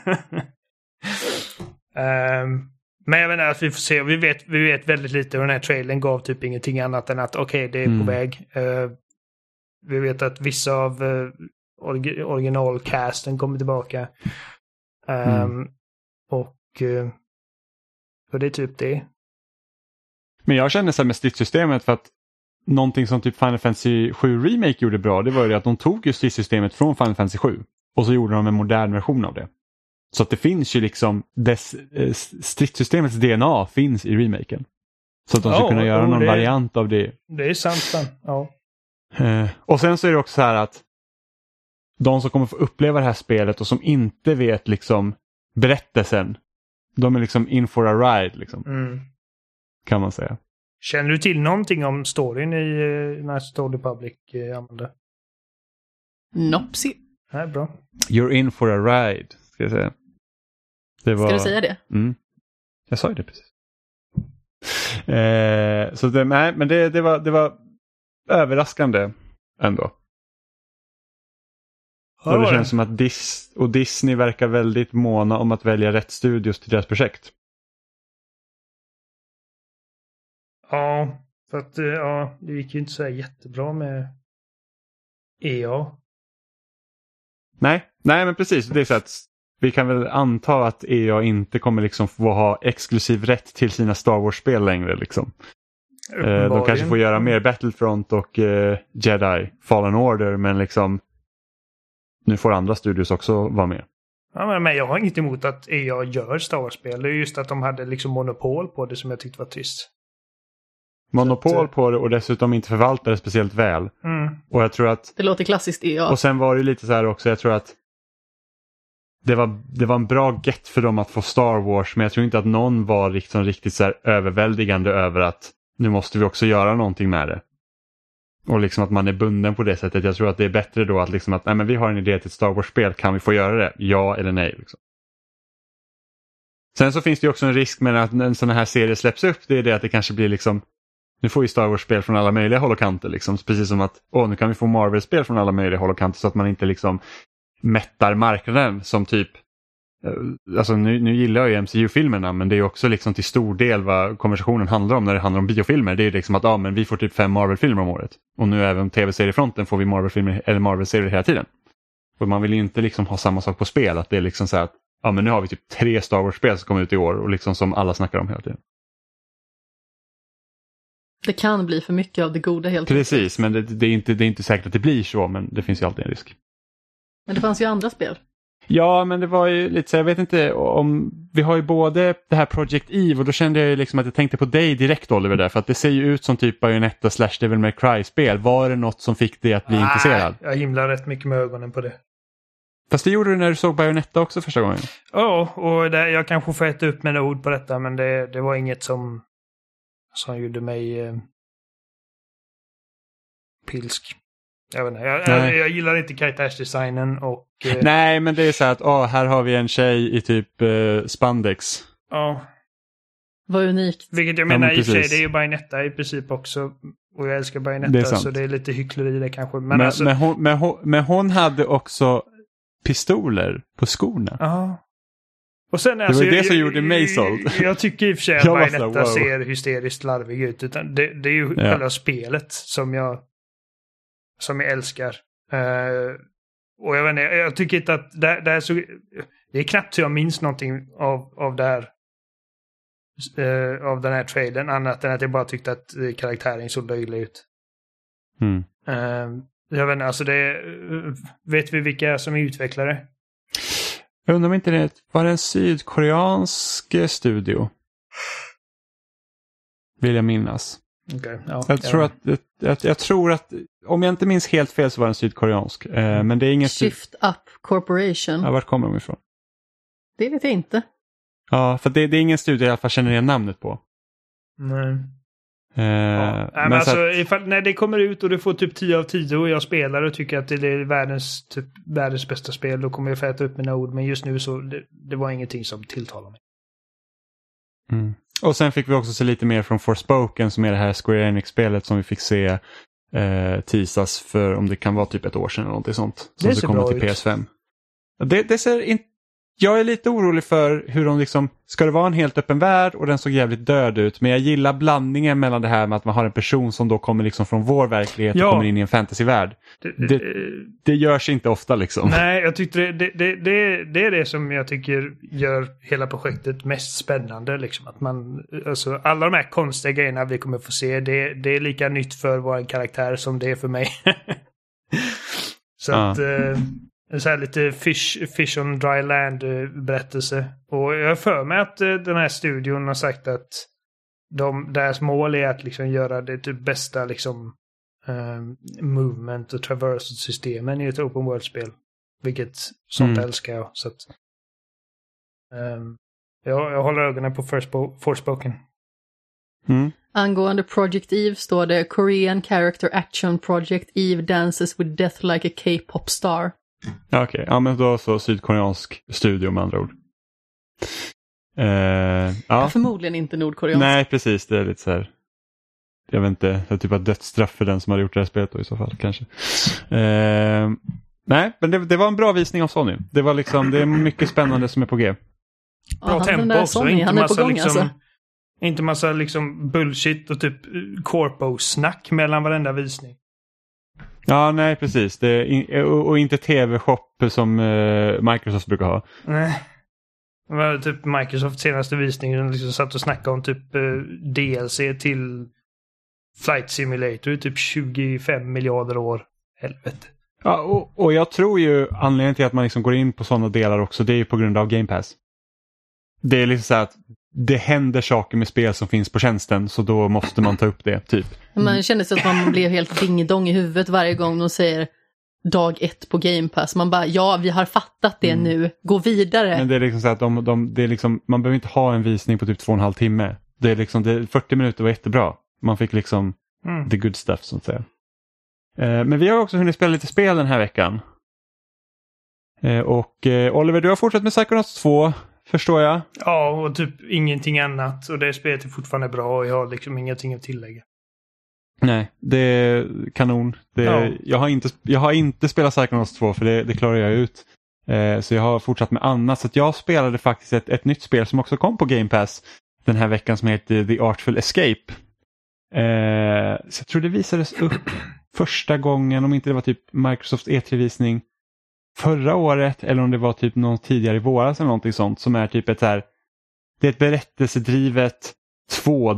um, men jag vet inte, att vi får se. Vi vet, vi vet väldigt lite och den här trailern gav typ ingenting annat än att okej, okay, det är mm. på väg. Uh, vi vet att vissa av uh, orgi- originalcasten kommer tillbaka. Um, mm. Och uh, för det är typ det. Men jag känner så här med stridssystemet för att någonting som typ Final Fantasy sju Remake gjorde bra, det var ju det att de tog ju stridssystemet från Final Fantasy sju och så gjorde de en modern version av det. Så att det finns ju liksom dess, eh, stridssystemets D N A finns i remaken. Så att de ska oh, kunna göra oh, någon det, variant av det. Det är sant sen, ja. Eh, och sen så är det också så här att de som kommer få uppleva det här spelet och som inte vet liksom berättelsen, de är liksom in for a ride liksom. Mm. Kan man säga. Känner du till någonting om storyn i uh, Knights of the Republic, uh, Amanda? Nopsi. Nej, bra. You're in for a ride, ska jag säga. Det var... Ska du säga det? Mm. Jag sa ju det precis. Eh, så det, nej, men det, det, var, det var överraskande ändå. Ja, och det känns som att Dis- och Disney verkar väldigt måna om att välja rätt studios till deras projekt. Ja, för att ja, det gick ju inte så här jättebra med E A. Nej, nej men precis. Det är så att vi kan väl anta att E A inte kommer liksom få ha exklusiv rätt till sina Star Wars-spel längre liksom. Eh, de kanske får göra mer Battlefront och eh, Jedi Fallen Order, men liksom nu får andra studios också vara med. Ja, men jag har inget emot att E A gör Star Wars-spel. Det är just att de hade liksom monopol på det som jag tyckte var trist. Monopol att, på det och dessutom inte förvaltar det speciellt väl. Mm. Och jag tror att... Det låter klassiskt E A. Och sen var det lite så här också, jag tror att det var, det var en bra get för dem att få Star Wars, men jag tror inte att någon var liksom riktigt så här överväldigande över att nu måste vi också göra någonting med det. Och liksom att man är bunden på det sättet. Jag tror att det är bättre då att liksom att nej, men vi har en idé till ett Star Wars-spel, kan vi få göra det? Ja eller nej liksom. Sen så finns det ju också en risk med att en sån här serie släpps upp, det är det att det kanske blir liksom, nu får vi Star Wars-spel från alla möjliga håll och kanter liksom, precis som att åh, nu kan vi få Marvel-spel från alla möjliga håll och kanter, så att man inte liksom mättar marknaden som typ, alltså nu, nu gillar jag ju M C U-filmerna, men det är också liksom till stor del vad konversationen handlar om när det handlar om biofilmer. Det är liksom att ja, men vi får typ fem Marvel-filmer om året, och nu även tv-seriefronten får vi Marvel-filmer eller Marvel-serier hela tiden. Och man vill ju inte liksom ha samma sak på spel, att det är liksom så här att ja, men nu har vi typ tre Star Wars-spel som kommer ut i år och liksom som alla snackar om hela tiden. Det kan bli för mycket av det goda helt enkelt. Precis, men det, det, är inte, det är inte säkert att det blir så, men det finns ju alltid en risk. Men det fanns ju andra spel. Ja, men det var ju lite så, jag vet inte om, vi har ju både det här Project Eve, och då kände jag ju liksom att jag tänkte på dig direkt, Oliver, där, för att det ser ju ut som typ Bayonetta slash Devil May Cry-spel. Var det något som fick dig att bli Nej, intresserad? Jag himlar rätt mycket med ögonen på det. Fast det gjorde du när du såg Bayonetta också första gången. Ja, och det, jag kanske får äta upp mina ord på detta, men det, det var inget som som gjorde mig eh, pilsk. Jag vet inte, jag, jag, jag gillar inte karaktärsdesignen och... Eh, Nej, men det är så här att åh, här har vi en tjej i typ eh, spandex. Ja. Vad unikt. Vilket jag menar, ja, men i och för sig, det är ju Bayonetta i princip också. Och jag älskar Bayonetta, så det är lite hyckleri det kanske. Men, men, alltså... men, hon, men, hon, men hon hade också pistoler på skorna. Ja. Och sen, det alltså, var det jag, som jag, gjorde mig såld. Jag, jag tycker i och för sig att Bayonetta wow. ser hysteriskt larvig ut. Utan det, det är ju ja. själva spelet som jag som jag älskar. Uh, och jag vet inte, jag tycker inte att det, det är så... Det är knappt så jag minns någonting av, av det här uh, av den här trailern, annat än att jag bara tyckte att karaktären såg löjlig ut. Mm. Uh, jag vet inte, alltså det... Vet vi vilka som är utvecklare? Jag undrar om inte det var en sydkoreansk studio. Vill jag minnas. Okay, ja, jag, tror att, jag, jag tror att, om jag inte minns helt fel så var den sydkoreansk. Eh, men det är ingen Shift stu- Up Corporation. Ja, vart kommer de ifrån? Det vet jag inte. Ja, för det, det är ingen studio jag i alla fall känner igen namnet på. Nej. Eh, ja. men Nej, men alltså, att... ifall, när det kommer ut och du får typ tio av tio och jag spelar och tycker att det är världens, typ, världens bästa spel, då kommer jag få äta upp mina ord. Men just nu så det, det var ingenting som tilltalar mig. Mm. Och sen fick vi också se lite mer från Forspoken, som är det här Square Enix-spelet som vi fick se eh, teasas för, om det kan vara typ ett år sedan eller någonting sånt. Som det så kommer till P S fem. Det, det ser in... Jag är lite orolig för hur de liksom, ska det vara en helt öppen värld och den såg jävligt död ut, men jag gillar blandningen mellan det här med att man har en person som då kommer liksom från vår verklighet och ja. kommer in i en fantasyvärld. Det, det, det görs inte ofta liksom. Nej, jag tyckte det, det, det, det, det är det som jag tycker gör hela projektet mest spännande. Liksom. Att man, alltså, alla de här konstiga grejerna vi kommer få se, det, det är lika nytt för vår karaktär som det är för mig. Så ja. att... Eh, så här lite fish, fish on dry land berättelse. Och jag har för mig att den här studion har sagt att de, deras mål är att liksom göra det typ bästa liksom, um, movement och traversal-systemen i ett open world-spel. Vilket sånt mm. älskar jag. Så att, um, jag, jag håller ögonen på Forspoken. Mm. Angående Project Eve står det Korean Character Action Project Eve dances with death like a K-pop star. Ja, okej. Okay. Ja, men då så sydkoreansk studio med andra ord. Eh, ja. Ja, förmodligen inte nordkoreansk. Nej, precis. Det är lite så här... Jag vet inte. Det är typ av dödsstraff för den som har gjort det här spelet då, i så fall, kanske. Eh, nej, men det, det var en bra visning av Sony. Det var liksom, det är mycket spännande som är på G. Bra ja, tempo också. Sony, inte han är massa, på gång liksom, alltså. Inte massa liksom bullshit och typ corpo-snack mellan varenda visning. Ja, nej, precis. Det är, och, och inte tv-shop som uh, Microsoft brukar ha. Nej. Det var typ Microsoft senaste visningen liksom satt och snackade om typ uh, D L C till Flight Simulator i typ tjugofem miljarder år. Helvete. Ja, och, och jag tror ju anledningen till att man liksom går in på sådana delar också, det är ju på grund av Game Pass. Det är liksom så att det händer saker med spel som finns på tjänsten, så då måste man ta upp det, typ. Man känner sig att man blir helt ding-dong i huvudet varje gång de säger dag ett på Game Pass. Man bara, ja, vi har fattat det mm. nu. Gå vidare. Men det är liksom så att de, de, det är liksom, man behöver inte ha en visning på typ två och en halv timme. Det är liksom, det, fyrtio minuter var jättebra. Man fick liksom mm. the good stuff, så att säga. Eh, men vi har också hunnit spela lite spel den här veckan. Eh, och eh, Oliver, du har fortsatt med Psychonauts två, förstår jag. Ja, och typ ingenting annat. Och det spelet är fortfarande bra och jag har liksom ingenting att tillägga. Nej, det är kanon. Det är, ja. jag, har inte, jag har inte spelat Psychonauts två, för det, det klarar jag ut. Eh, så jag har fortsatt med annat. Så att jag spelade faktiskt ett, ett nytt spel som också kom på Game Pass den här veckan, som heter The Artful Escape. Eh, så jag tror det visades upp första gången, om inte det var typ Microsoft E tre-visning förra året, eller om det var typ någon tidigare i våras eller någonting sånt, som är typ ett så här, det är ett berättelsedrivet två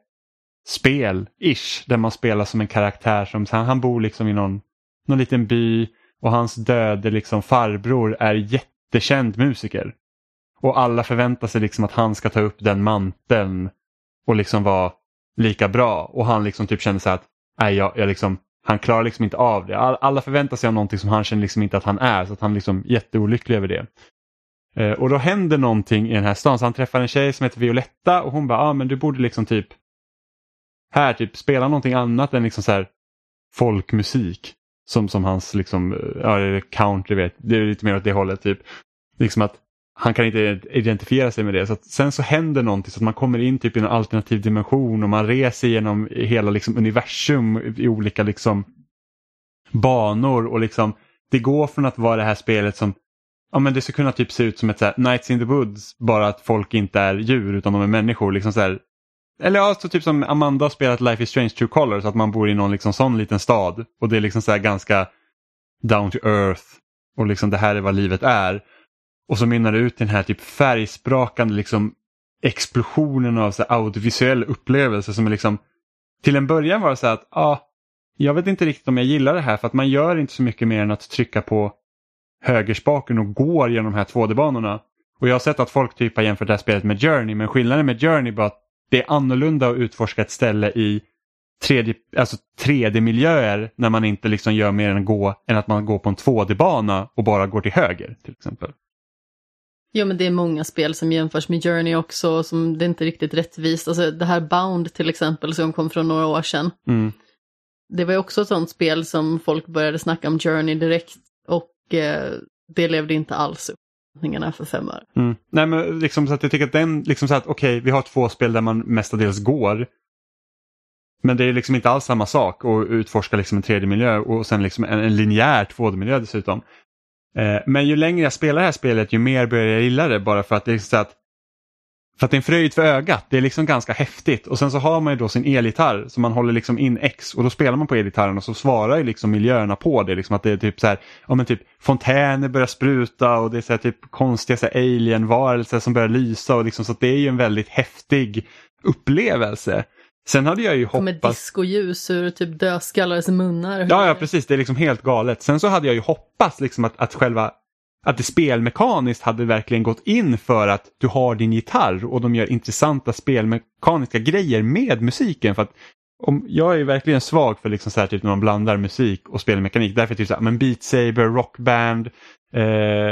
D-spel-ish, där man spelar som en karaktär som, han, han bor liksom i någon, någon liten by, och hans döde liksom farbror är jättekänd musiker. Och alla förväntar sig liksom att han ska ta upp den manteln och liksom vara lika bra. Och han liksom typ känner så här att nej, jag, jag liksom, han klarar liksom inte av det. Alla förväntar sig om någonting som han känner liksom inte att han är. Så att han liksom är jätteolycklig över det. Eh, och då händer någonting i den här stan. Så han träffar en tjej som heter Violetta. Och hon bara, ja ah, men du borde liksom typ här typ spela någonting annat än liksom så här folkmusik. Som, som hans liksom, ja det är country vet. Det är lite mer åt det hållet typ. Liksom att han kan inte identifiera sig med det. Så att sen så händer någonting så att man kommer in typ i en alternativ dimension och man reser genom hela liksom universum i olika liksom banor, och liksom det går från att vara det här spelet som, ja men det ska kunna typ se ut som ett så här Nights in the Woods, bara att folk inte är djur utan de är människor liksom så här. Eller ja, så typ som Amanda har spelat Life is Strange True Colors, att man bor i någon liksom sån liten stad och det är liksom så här ganska down to earth. och liksom det här är vad livet är. Och så mynnar det ut den här typ färgsprakande liksom explosionen av så här audiovisuell upplevelse som är liksom, till en början var det så här att ah, jag vet inte riktigt om jag gillar det här, för att man gör inte så mycket mer än att trycka på högerspaken och går genom de här två D-banorna. Och jag har sett att folk typ har jämfört det här spelet med Journey, men skillnaden med Journey var att det är annorlunda att utforska ett ställe i tre D, alltså tre D-miljöer när man inte liksom gör mer än, gå, än att man går på en två D-bana och bara går till höger till exempel. Ja, men det är många spel som jämförs med Journey också, som det är inte riktigt rättvist. Alltså det här Bound till exempel som kom från några år sedan. Mm. Det var ju också ett sånt spel som folk började snacka om Journey direkt, och eh, det levde inte alls upp för fem år. Mm. Nej, men liksom så att jag tycker att den liksom så att okej, okay, vi har två spel där man mestadels går. Men det är liksom inte alls samma sak att utforska liksom en tredje miljö och sen liksom en, en linjär två D-miljö dessutom. Eh, men ju längre jag spelar det här spelet, ju mer börjar jag gilla det, bara för att det är så att för att det är en fröjd för ögat. Det är liksom ganska häftigt. Och sen så har man ju då sin elgitarr som man håller liksom in X, och då spelar man på elgitarren och så svarar ju liksom miljöerna på det. Liksom att det är typ så här, ja men typ fontäner börjar spruta och det är så här typ konstiga så här alien-varelser som börjar lysa och liksom, så att det är ju en väldigt häftig upplevelse. Sen hade jag ju hoppats... Med discoljus ur typ dödskallars munnar. Ja, ja, precis. Det är liksom helt galet. Sen så hade jag ju hoppats liksom att, att själva... Att det spelmekaniskt hade verkligen gått in för att du har din gitarr och de gör intressanta spelmekaniska grejer med musiken. För att om, jag är verkligen svag för liksom så här, typ när man blandar musik och spelmekanik. Därför typ så här, men Beat Saber, Rockband, eh,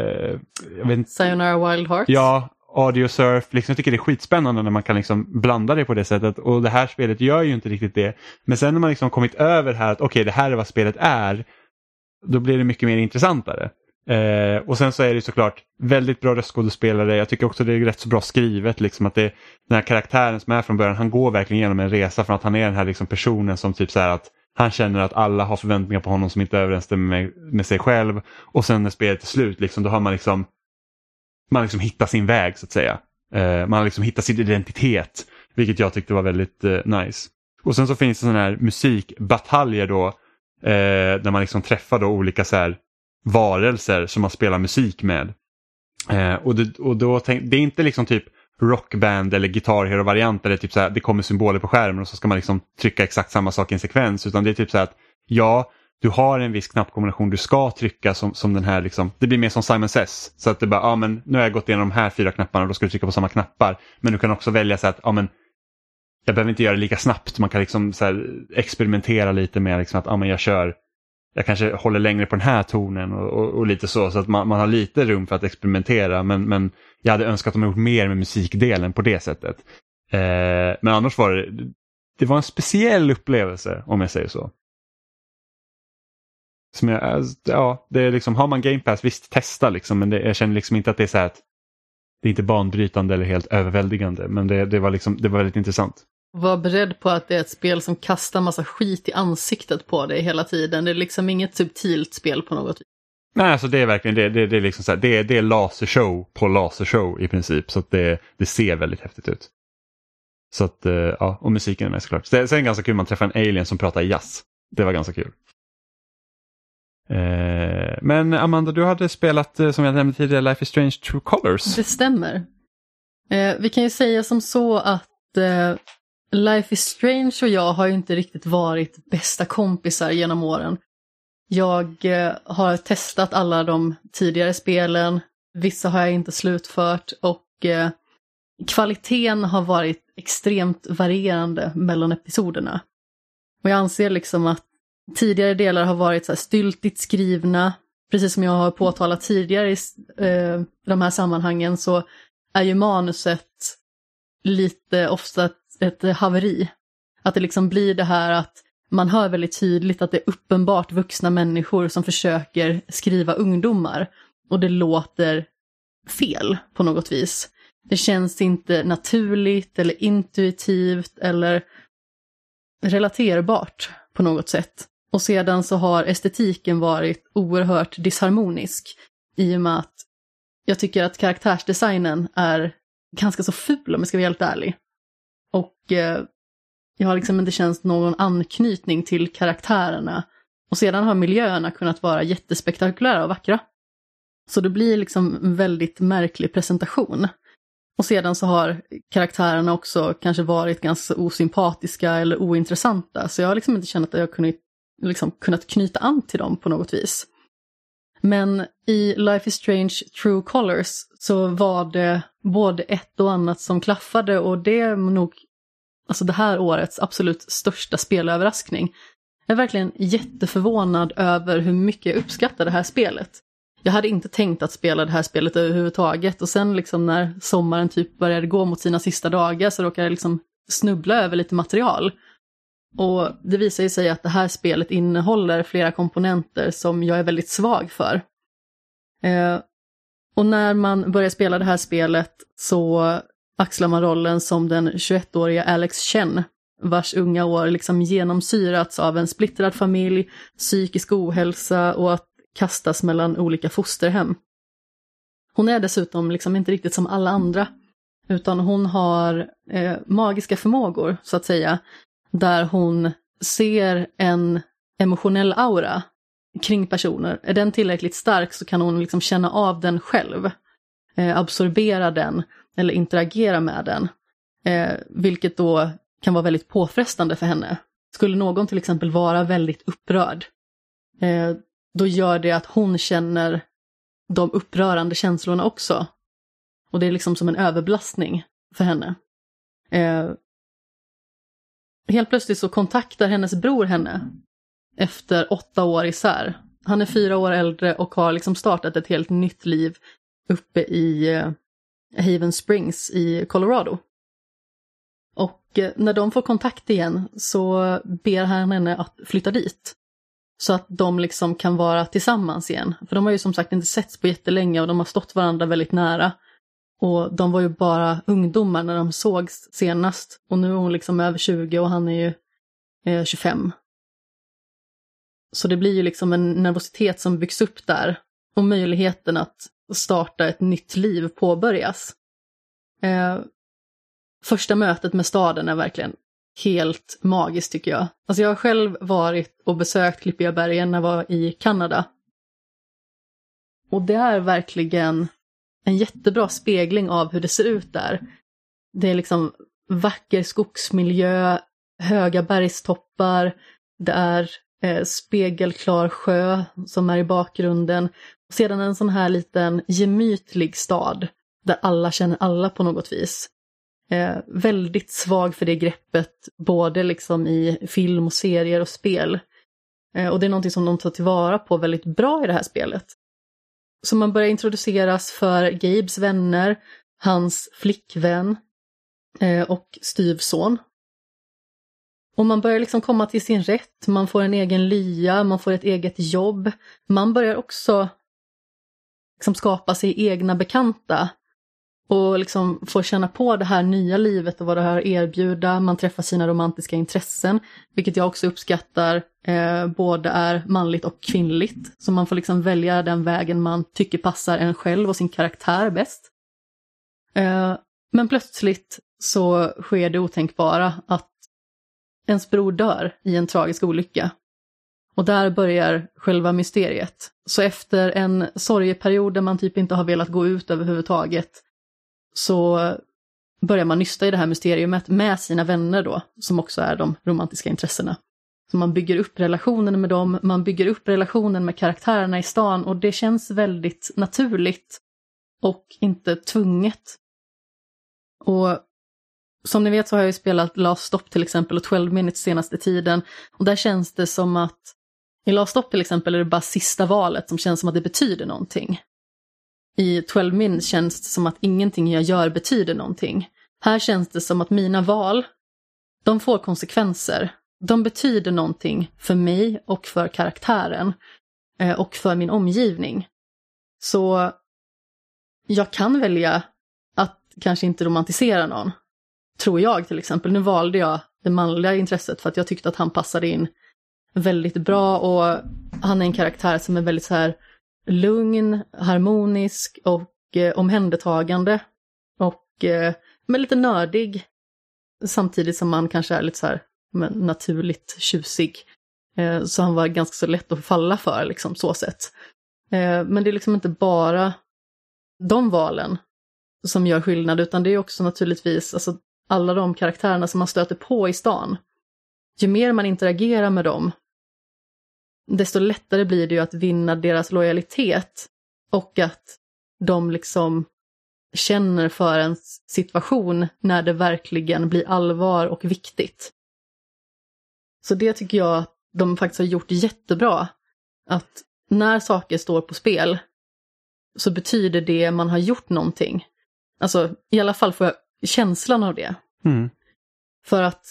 jag vet inte, Sayonara Wild Hearts. Ja, Audio Surf. Liksom, jag tycker det är skitspännande när man kan liksom blanda det på det sättet. Och det här spelet gör ju inte riktigt det. Men sen när man liksom kommit över här att okej, okay, det här är vad spelet är, då blir det mycket mer intressantare. Eh, och sen så är det såklart väldigt bra röstskådespelare. Jag tycker också det är rätt så bra skrivet liksom, att det, den här karaktären som är från början, han går verkligen igenom en resa från att han är den här liksom personen som typ så här att han känner att alla har förväntningar på honom som inte överensstämmer med, med sig själv, och sen när spelet är slut liksom, då har man liksom man liksom hittar sin väg så att säga. Eh, man har liksom hittat sin identitet, vilket jag tyckte var väldigt eh, nice. Och sen så finns det sådana här musikbataljer då, eh, där man liksom träffar då olika så här varelser som man spelar musik med. Eh, och, det, och då tänk, det är inte liksom typ rockband eller gitarrhero-variant där det, typ så här, det kommer symboler på skärmen och så ska man liksom trycka exakt samma sak i en sekvens, utan det är typ så här att ja, du har en viss knappkombination du ska trycka som, som den här liksom, det blir mer som Simon Says, så att det bara, ja men nu har jag gått igenom de här fyra knapparna och då ska du trycka på samma knappar, men du kan också välja så att, ja men jag behöver inte göra det lika snabbt, man kan liksom så här experimentera lite med liksom att, ja men jag kör jag kanske håller längre på den här tonen och, och, och lite så, så att man, man har lite rum för att experimentera, men, men jag hade önskat att de gjort mer med musikdelen på det sättet. Eh, men annars var det, det var en speciell upplevelse, om jag säger så. Som jag, ja, det är liksom, har man Game Pass, visst testa liksom, men det, jag känner liksom inte att det är så här att det är inte banbrytande eller helt överväldigande, men det, det var liksom, det var väldigt intressant. Var beredd på att det är ett spel som kastar massa skit i ansiktet på dig hela tiden. Det är liksom inget subtilt spel på något vis. Nej, alltså det är verkligen det, det, det är liksom så här, det är det är lasershow på lasershow i princip, så att det det ser väldigt häftigt ut. Så att ja, och musiken är med såklart. Sen är det ganska kul, man träffar en alien som pratar jazz. Det var ganska kul. Eh, men Amanda, du hade spelat, som jag nämnde tidigare, Life is Strange True Colors. Det stämmer. Eh, vi kan ju säga som så att eh, Life is Strange och jag har ju inte riktigt varit bästa kompisar genom åren. Jag eh, har testat alla de tidigare spelen, vissa har jag inte slutfört, och eh, kvaliteten har varit extremt varierande mellan episoderna. Och jag anser liksom att tidigare delar har varit så här styltigt skrivna, precis som jag har påtalat tidigare i eh, de här sammanhangen, så är ju manuset lite ofta ett, ett haveri. Att det liksom blir det här att man hör väldigt tydligt att det är uppenbart vuxna människor som försöker skriva ungdomar, och det låter fel på något vis. Det känns inte naturligt eller intuitivt eller relaterbart på något sätt. Och sedan så har estetiken varit oerhört disharmonisk, i och med att jag tycker att karaktärsdesignen är ganska så ful, om jag ska vara helt ärlig. Och eh, jag har liksom inte känt någon anknytning till karaktärerna. Och sedan har miljöerna kunnat vara jättespektakulära och vackra. Så det blir liksom en väldigt märklig presentation. Och sedan så har karaktärerna också kanske varit ganska osympatiska eller ointressanta. Så jag har liksom inte känt att jag kunnat, liksom, kunnat knyta an till dem på något vis. Men i Life is Strange True Colors så var det både ett och annat som klaffade. Och det är nog alltså det här årets absolut största spelöverraskning. Jag är verkligen jätteförvånad över hur mycket jag uppskattar det här spelet. Jag hade inte tänkt att spela det här spelet överhuvudtaget. Och sen liksom när sommaren typ började gå mot sina sista dagar så råkade jag liksom snubbla över lite material. Och det visar ju sig att det här spelet innehåller flera komponenter som jag är väldigt svag för. Eh, och när man börjar spela det här spelet så axlar man rollen som den tjugoettåriga Alex Chen, vars unga år liksom genomsyrats av en splittrad familj, psykisk ohälsa och att kastas mellan olika fosterhem. Hon är dessutom liksom inte riktigt som alla andra, utan hon har eh, magiska förmågor så att säga, där hon ser en emotionell aura kring personer. Är den tillräckligt stark så kan hon liksom känna av den själv, eh, absorbera den eller interagera med den, eh, vilket då kan vara väldigt påfrestande för henne. Skulle någon till exempel vara väldigt upprörd, eh, då gör det att hon känner de upprörande känslorna också. Och det är liksom som en överbelastning för henne. Eh, helt plötsligt så kontaktar hennes bror henne efter åtta år isär. Han är fyra år äldre och har liksom startat ett helt nytt liv uppe i eh, Haven Springs i Colorado. Och eh, när de får kontakt igen så ber han henne att flytta dit. Så att de liksom kan vara tillsammans igen. För de har ju som sagt inte setts på jättelänge och de har stått varandra väldigt nära. Och de var ju bara ungdomar när de sågs senast. Och nu är hon liksom över tjugo och han är ju eh, tjugofem. Så det blir ju liksom en nervositet som byggs upp där. Och möjligheten att starta ett nytt liv påbörjas. Eh, första mötet med staden är verkligen helt magiskt tycker jag. Alltså jag har själv varit och besökt Klippigabergen när jag var i Kanada. Och det är verkligen en jättebra spegling av hur det ser ut där. Det är liksom vacker skogsmiljö, höga bergstoppar, det är eh, spegelklar sjö som är i bakgrunden. Och sedan en sån här liten gemytlig stad där alla känner alla på något vis. Eh, väldigt svag för det greppet både liksom i film och serier och spel. Eh, och det är någonting som de tar tillvara på väldigt bra i det här spelet. Så man börjar introduceras för Gabes vänner, hans flickvän eh, och styvson. Och man börjar liksom komma till sin rätt, man får en egen lya, man får ett eget jobb. Man börjar också liksom skapa sig egna bekanta. Och liksom får känna på det här nya livet och vad det här erbjuda. Man träffar sina romantiska intressen. Vilket jag också uppskattar. Eh, både är manligt och kvinnligt. Så man får liksom välja den vägen man tycker passar en själv och sin karaktär bäst. Eh, men plötsligt så sker det otänkbara att ens bror dör i en tragisk olycka. Och där börjar själva mysteriet. Så efter en sorgeperiod där man typ inte har velat gå ut överhuvudtaget, så börjar man nysta i det här mysteriumet med sina vänner då, som också är de romantiska intressena. Så man bygger upp relationen med dem, man bygger upp relationen med karaktärerna i stan och det känns väldigt naturligt och inte tvunget. Och som ni vet så har jag ju spelat Last Stop till exempel och tolv minutes senaste tiden och där känns det som att i Last Stop till exempel är det bara sista valet som känns som att det betyder någonting. I tolv minutes känns det som att ingenting jag gör betyder någonting. Här känns det som att mina val, de får konsekvenser. De betyder någonting för mig och för karaktären eh, och för min omgivning. Så jag kan välja att kanske inte romantisera någon. Tror jag till exempel. Nu valde jag det manliga intresset för att jag tyckte att han passade in väldigt bra och han är en karaktär som är väldigt så här lugn, harmonisk och eh, omhändertagande och eh, men lite nördig samtidigt som man kanske är lite så här men, naturligt tjusig. Eh, så han var ganska så lätt att falla för liksom så sätt. Eh, men det är liksom inte bara de valen som gör skillnad, utan det är också naturligtvis alltså, alla de karaktärerna som man stöter på i stan. Ju mer man interagerar med dem, desto lättare blir det ju att vinna deras lojalitet och att de liksom känner för en situation när det verkligen blir allvar och viktigt. Så det tycker jag att de faktiskt har gjort jättebra. Att när saker står på spel så betyder det man har gjort någonting. Alltså i alla fall får jag känslan av det. Mm. För att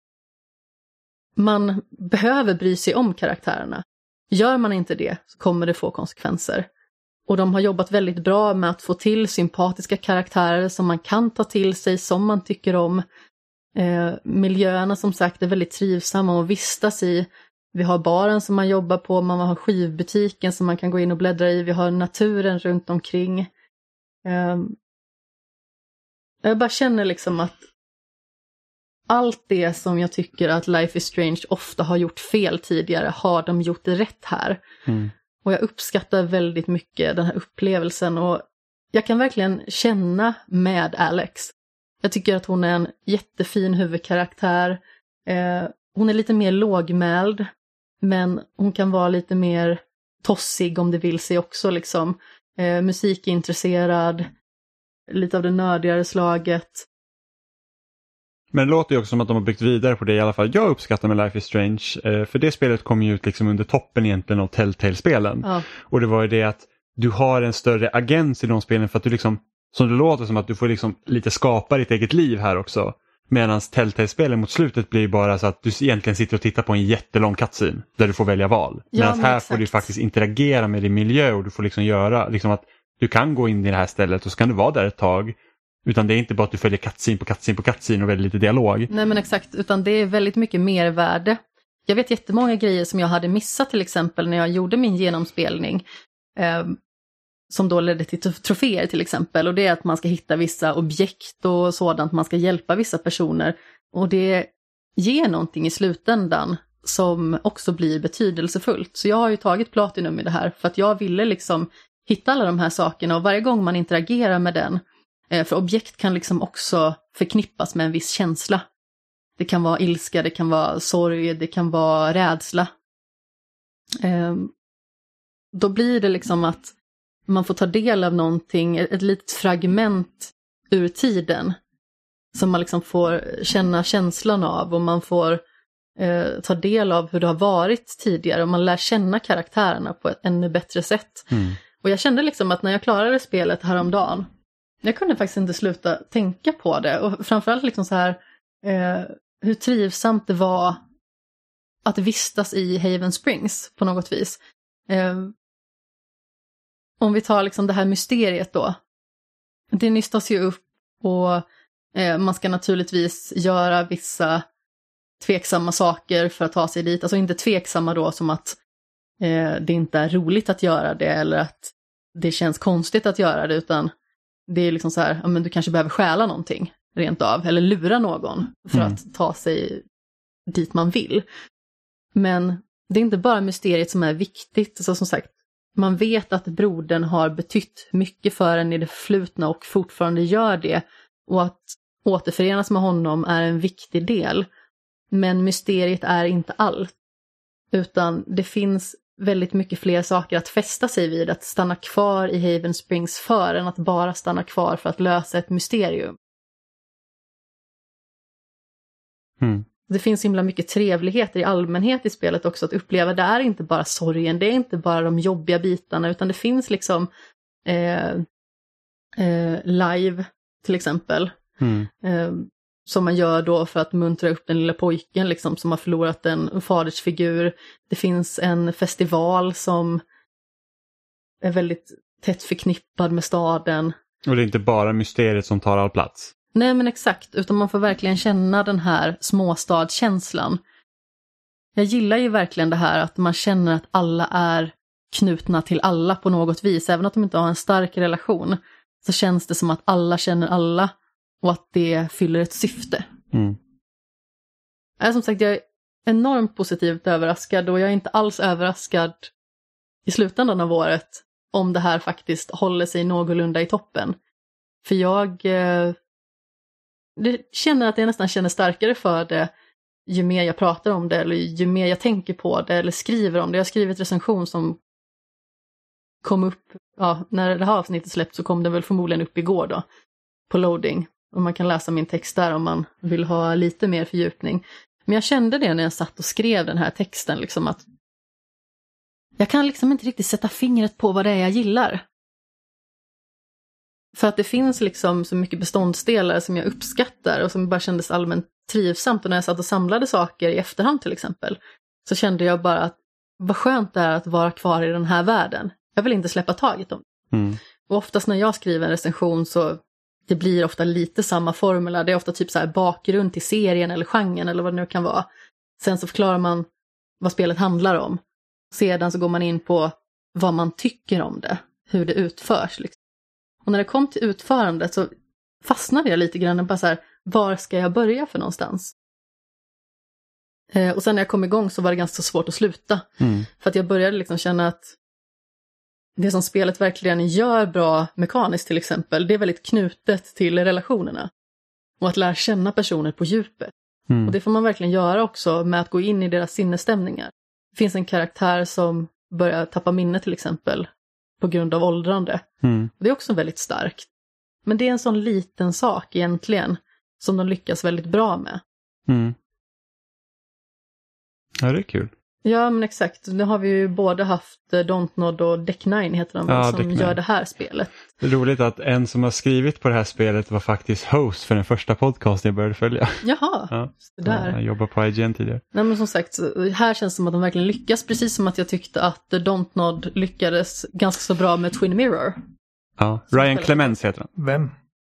man behöver bry sig om karaktärerna. Gör man inte det så kommer det få konsekvenser. Och de har jobbat väldigt bra med att få till sympatiska karaktärer som man kan ta till sig, som man tycker om. Eh, miljöerna som sagt är väldigt trivsamma att vistas i. Vi har baren som man jobbar på, man har skivbutiken som man kan gå in och bläddra i. Vi har naturen runt omkring. Eh, jag bara känner liksom att allt det som jag tycker att Life is Strange ofta har gjort fel tidigare har de gjort rätt här. Mm. Och jag uppskattar väldigt mycket den här upplevelsen och jag kan verkligen känna med Alex. Jag tycker att hon är en jättefin huvudkaraktär. Eh, hon är lite mer lågmäld, men hon kan vara lite mer tossig om det vill sig också. Liksom. Eh, musikintresserad, lite av det nördigare slaget. Men det låter ju också som att de har byggt vidare på det i alla fall. Jag uppskattar med Life is Strange, eh, för det spelet kom ju ut liksom under toppen egentligen av Telltale-spelen. Ja. Och det var ju det att du har en större agens i de spelen för att du liksom, som det låter som att du får liksom lite skapa ditt eget liv här också. Medan Telltale-spelen mot slutet blir bara så att du egentligen sitter och tittar på en jättelång cutscene där du får välja val. Ja, Medan här exakt. får du faktiskt interagera med din miljö och du får liksom göra liksom att du kan gå in i det här stället och så kan du vara där ett tag. Utan det är inte bara att du följer cutscene på cutscene på cutscene och väldigt lite dialog. Nej men exakt, utan det är väldigt mycket mervärde. Jag vet jättemånga grejer som jag hade missat till exempel när jag gjorde min genomspelning. Eh, som då ledde till troféer till exempel. Och det är att man ska hitta vissa objekt och sådant. Man ska hjälpa vissa personer. Och det ger någonting i slutändan som också blir betydelsefullt. Så jag har ju tagit Platinum i det här för att jag ville liksom hitta alla de här sakerna. Och varje gång man interagerar med den, för objekt kan liksom också förknippas med en viss känsla. Det kan vara ilska, det kan vara sorg, det kan vara rädsla. Då blir det liksom att man får ta del av någonting, ett litet fragment ur tiden. Som man liksom får känna känslan av och man får eh, ta del av hur det har varit tidigare. Och man lär känna karaktärerna på ett ännu bättre sätt. Mm. Och jag kände liksom att när jag klarade spelet häromdagen, jag kunde faktiskt inte sluta tänka på det. Och framförallt liksom så här, eh, hur trivsamt det var att vistas i Haven Springs på något vis. Eh, om vi tar liksom det här mysteriet då. Det nystas ju upp och eh, man ska naturligtvis göra vissa tveksamma saker för att ta sig dit. Alltså inte tveksamma då som att eh, det inte är roligt att göra det eller att det känns konstigt att göra det, utan det är liksom så här, ja, men du kanske behöver stjäla någonting rent av, eller lura någon för mm. att ta sig dit man vill. Men det är inte bara mysteriet som är viktigt, så som sagt, man vet att brodern har betytt mycket för en i det förflutna och fortfarande gör det, och att återförenas med honom är en viktig del. Men mysteriet är inte allt, utan det finns väldigt mycket fler saker att fästa sig vid, att stanna kvar i Haven Springs för, än att bara stanna kvar för att lösa ett mysterium. Mm. Det finns himla mycket trevligheter i allmänhet i spelet också att uppleva. Det är inte bara sorgen, det är inte bara de jobbiga bitarna, utan det finns liksom eh, eh, live till exempel. Mm. Eh, som man gör då för att muntra upp den lilla pojken liksom, som har förlorat en fadersfigur. Det finns en festival som är väldigt tätt förknippad med staden. Och det är inte bara mysteriet som tar all plats. Nej men exakt, utan man får verkligen känna den här småstadskänslan. Jag gillar ju verkligen det här att man känner att alla är knutna till alla på något vis. Även att de inte har en stark relation, så känns det som att alla känner alla och att det fyller ett syfte. Mm. Jag, som sagt, jag är enormt positivt överraskad, och jag är inte alls överraskad i slutändan av året om det här faktiskt håller sig någorlunda i toppen. För jag eh, det känner att jag nästan känner starkare för det ju mer jag pratar om det eller ju mer jag tänker på det eller skriver om det. Jag har skrivit recension som kom upp, ja, när det här avsnittet släppt så kom det väl förmodligen upp igår då på loading. Och man kan läsa min text där om man vill ha lite mer fördjupning. Men jag kände det när jag satt och skrev den här texten liksom att jag kan liksom inte riktigt sätta fingret på vad det är jag gillar. För att det finns liksom så mycket beståndsdelar som jag uppskattar och som bara kändes allmänt trivsamt. Och när jag satt och samlade saker i efterhand till exempel så kände jag bara att vad skönt det är att vara kvar i den här världen. Jag vill inte släppa taget om det. Mm. Och oftast när jag skriver en recension så det blir ofta lite samma formula. Det är ofta typ så här bakgrund till serien eller genren eller vad det nu kan vara. Sen så förklarar man vad spelet handlar om. Sedan så går man in på vad man tycker om det. Hur det utförs liksom. Och när det kom till utförandet så fastnade jag lite grann och bara så här, var ska jag börja för någonstans? Eh, och sen när jag kom igång så var det ganska svårt att sluta. Mm. För att jag började liksom känna att det som spelet verkligen gör bra mekaniskt till exempel, det är väldigt knutet till relationerna. Och att lära känna personer på djupet. Mm. Och det får man verkligen göra också med att gå in i deras sinnesstämningar. Det finns en karaktär som börjar tappa minne till exempel på grund av åldrande. Mm. Och det är också väldigt starkt. Men det är en sån liten sak egentligen som de lyckas väldigt bra med. Mm. Ja, det är kul. Ja, men exakt. Nu har vi ju både haft Dontnod och Deck nine heter de ja, som gör det här spelet. Det är roligt att en som har skrivit på det här spelet var faktiskt host för den första podcasten jag började följa. Jaha, ja. det där. Jag jobbar på I G N tidigare. Nej, men som sagt, här känns det som att de verkligen lyckas. Precis som att jag tyckte att Dontnod lyckades ganska så bra med Twin Mirror. Ja, Ryan Clemens heter han. Vem?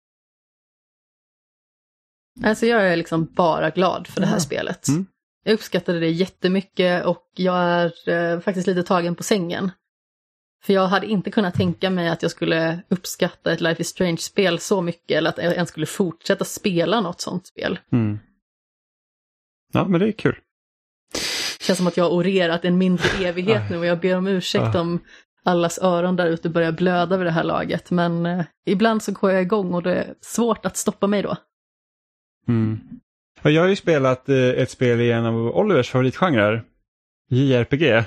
Alltså jag är liksom bara glad för det här ja. spelet. Mm. Jag uppskattade det jättemycket och jag är eh, faktiskt lite tagen på sängen. För jag hade inte kunnat tänka mig att jag skulle uppskatta ett Life is Strange-spel så mycket eller att jag ens skulle fortsätta spela något sånt spel. Mm. Ja, men det är kul. Det känns som att jag har orerat en mindre evighet nu och jag ber om ursäkt om allas öron där ute börjar blöda vid det här laget. Men eh, ibland så går jag igång och det är svårt att stoppa mig då. Mm. Och jag har ju spelat eh, ett spel i en av Olivers favoritgenrer, J R P G.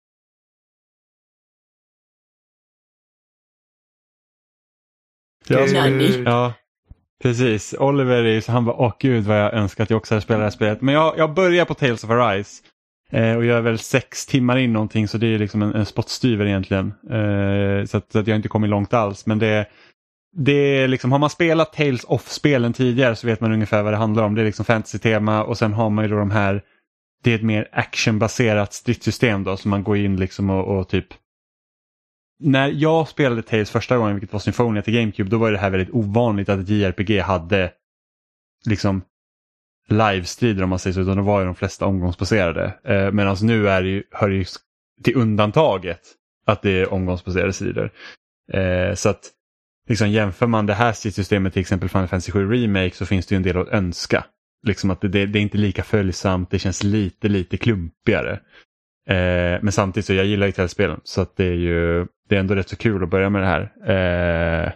Jag Nej. Ja, precis. Oliver är ju så han bara, åh gud vad jag önskar att jag också hade spelat det här spelet. Men jag, jag börjar på Tales of Arise eh, och jag är väl sex timmar in någonting så det är liksom en, en spottstyver egentligen. Eh, så, att, så att jag inte kommit långt alls. Men det, det är liksom, har man spelat Tales of-spelen tidigare så vet man ungefär vad det handlar om. Det är liksom fantasy-tema och sen har man ju då de här, det är ett mer actionbaserat stridssystem då som man går in liksom och, och typ. När jag spelade Tales första gången, vilket var Symphonia till GameCube, då var det här väldigt ovanligt att ett J R P G hade liksom live-strider om man säger så, utan då var ju de flesta omgångsbaserade. Eh, men alltså nu är det ju, hör det ju till undantaget att det är omgångsbaserade strider. Eh, så att liksom jämför man det här stridssystemet till exempel Final Fantasy sju Remake så finns det ju en del att önska. Liksom att det, det, det är inte lika följsamt, det känns lite, lite klumpigare. Eh, men samtidigt så jag gillar ju Tellspelen så att det är ju det är ändå rätt så kul att börja med det här. Eh,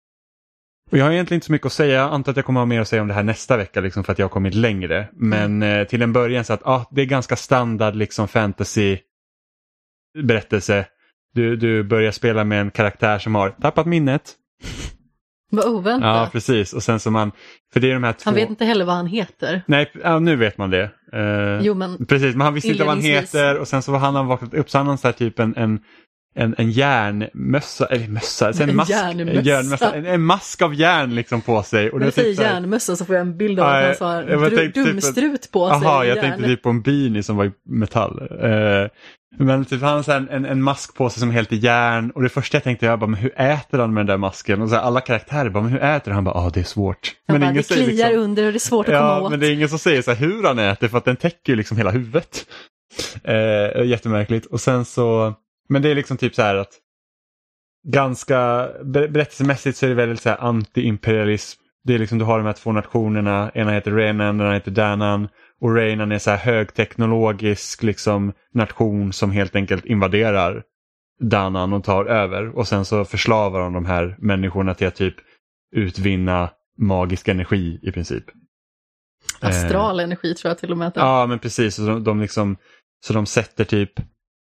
och jag har egentligen inte så mycket att säga. Jag antar att jag kommer ha mer att säga om det här nästa vecka liksom, för att jag har kommit längre. Men eh, till en början så att ah, det är ganska standard liksom fantasy berättelse. Du, du börjar spela med en karaktär som har tappat minnet. Vad oväntat. Ja, precis. Och sen så man, för det är de här två... Han vet inte heller vad han heter. Nej, ja, nu vet man det. Uh, jo, men... Precis, men han visste inte vad han heter och sen så var han han vaknat upp så han så här typ en, en, en, en järnmössa, eller mössa, en, en mask, järnmössa. järnmössa en, en mask av järn liksom på sig. Och när du säger typ järnmössa så får jag en bild av att han har en dru- dumstrut typ, på sig. Jaha, jag järn. tänkte typ på en beanie som var i metall. Uh, Men typ han har en, en, en mask på sig som är helt i järn. Och det första jag tänkte jag bara, men hur äter han med den där masken? Och så här, alla karaktärer bara, men hur äter han? Han bara, ja ah, det är svårt. Han men bara, ingen det säger kliar liksom, under och det är svårt att ja, komma åt. men det är ingen som säger så här, hur han äter för att den täcker ju liksom hela huvudet. Eh, jättemärkligt. Och sen så, men det är liksom typ så här att ganska berättelsemässigt så är det väldigt så här anti-imperialism. Det är liksom, du har de här två nationerna, ena heter Renan, den andra heter Danan. Och Renan är så här högteknologisk liksom nation som helt enkelt invaderar Danan och tar över. Och sen så förslavar de de här människorna till att typ utvinna magisk energi i princip. Astral eh, energi tror jag till och med. Att det. Ja, men precis. Så de, de, liksom, så de sätter typ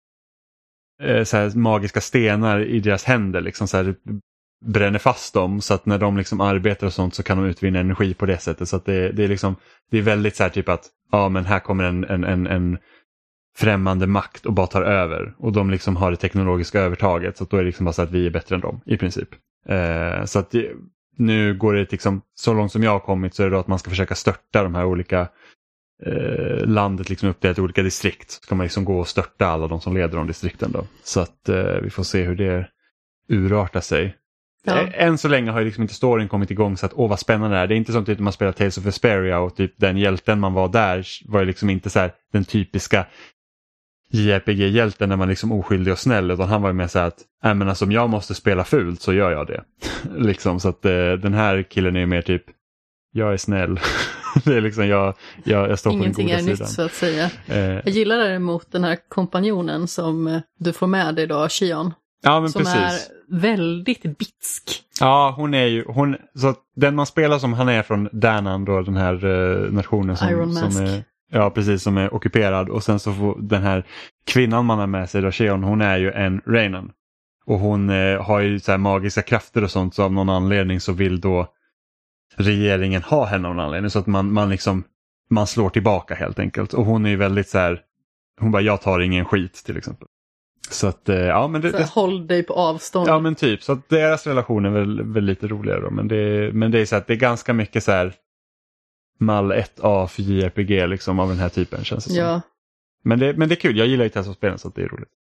eh, så här magiska stenar i deras händer. Liksom så här, bränner fast dem så att när de liksom arbetar och sånt så kan de utvinna energi på det sättet. Så att det, det är liksom det är väldigt så här typ att ja, men här kommer en, en, en, en främmande makt och bara tar över. Och de liksom har det teknologiska övertaget. Så att då är det liksom bara så att vi är bättre än dem i princip. Eh, så att det, nu går det liksom, så långt som jag har kommit så är det då att man ska försöka störta de här olika eh, landet liksom uppdelat i olika distrikt. Så ska man liksom gå och störta alla de som leder de distrikten då. Så att eh, vi får se hur det urartar sig. Ja. Än så länge har ju liksom inte storyn kommit igång så att åh vad spännande det är. Det är inte som typ när man spelar Tales of Vesperia och typ den hjälten man var där var ju liksom inte så här den typiska J R P G-hjälten när man liksom oskyldig och snäll, utan han var ju med så här att äh, men alltså, om jag måste spela fult så gör jag det. liksom, så att eh, den här killen är ju mer typ jag är snäll. det är liksom jag, jag, jag står Ingenting på den goda är sidan. nytt så att säga. Eh. Jag gillar däremot den här kompanjonen som du får med dig då, Shion. Ja, men som precis. är väldigt bitsk. Ja, hon är ju hon, så den man spelar som, han är från Danan då, den här uh, nationen som, Iron Mask. som är, ja precis, som är ockuperad, och sen så får den här kvinnan man har med sig då, Shion, hon är ju en Reinen. Och hon uh, har ju så här magiska krafter och sånt, så av någon anledning så vill då regeringen ha henne av någon anledning, så att man, man liksom man slår tillbaka helt enkelt. Och hon är ju väldigt så här, hon bara jag tar ingen skit till exempel. Så att, ja men det, så håll dig på avstånd. Ja men typ, så att deras relation är väl, väl lite roligare då. Men det, men det är så att det är ganska mycket så här mall ett A för J R P G liksom av den här typen, känns det ja. som. Men det, men det är kul, jag gillar ju Tales-spelen så att det är roligt.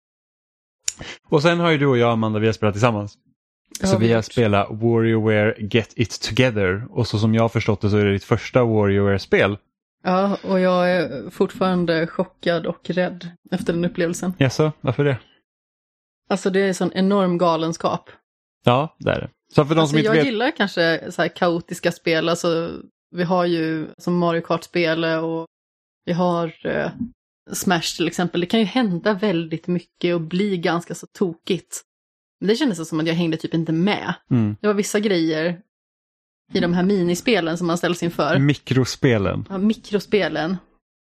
Och sen har ju du och jag, Amanda, vi har spelat tillsammans. Ja, så vi, vi har spelat WarioWare Get It Together. Och så som jag har förstått det så är det ditt första WarioWare-spel. Ja, och jag är fortfarande chockad och rädd efter den upplevelsen. Jaså, varför det? Alltså det är sån enorm galenskap. Ja, det är det. Så för de alltså, som inte jag vet... gillar kanske så här kaotiska spel. Alltså, vi har ju som Mario Kart-spel och vi har eh, Smash till exempel. Det kan ju hända väldigt mycket och bli ganska så tokigt. Men det kändes som att jag hängde typ inte med. Mm. Det var vissa grejer i de här minispelen som man ställs inför. Mikrospelen. Ja, mikrospelen.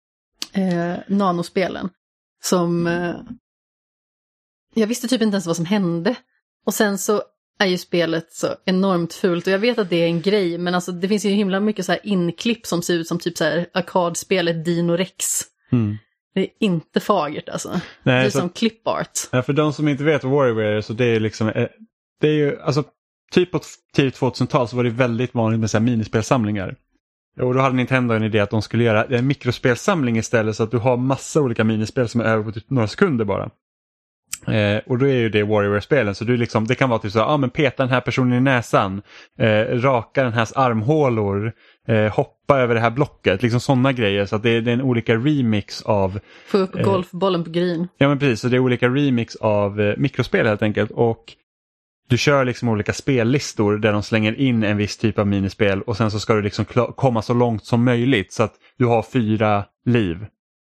Eh, nanospelen. Som... Eh, jag visste typ inte ens vad som hände. Och sen så är ju spelet så enormt fult. Och jag vet att det är en grej. Men alltså det finns ju himla mycket så här inklipp som ser ut som typ så här arkadspelet Dino Rex. Mm. Det är inte fagert alltså. Nej, det är så, som clipart. Ja, för de som inte vet vad WarioWare är, så det är liksom... Det är ju... Alltså, typ på tidigt tvåtusental så var det väldigt vanligt med så här minispelsamlingar. Och då hade Nintendo en idé att de skulle göra en mikrospelsamling istället, så att du har massa olika minispel som är över på typ några sekunder bara. Eh, och då är ju det WarioWare-spelen, så du liksom, det kan vara typ så ja ah, men peta den här personen i näsan, eh, raka den här armhålor, eh, hoppa över det här blocket, liksom sådana grejer, så att det är, det är en olika remix av... Få upp eh, golfbollen på green. Ja men precis, så det är olika remix av eh, mikrospel helt enkelt, och du kör liksom olika spellistor där de slänger in en viss typ av minispel, och sen så ska du liksom kla- komma så långt som möjligt, så att du har fyra liv.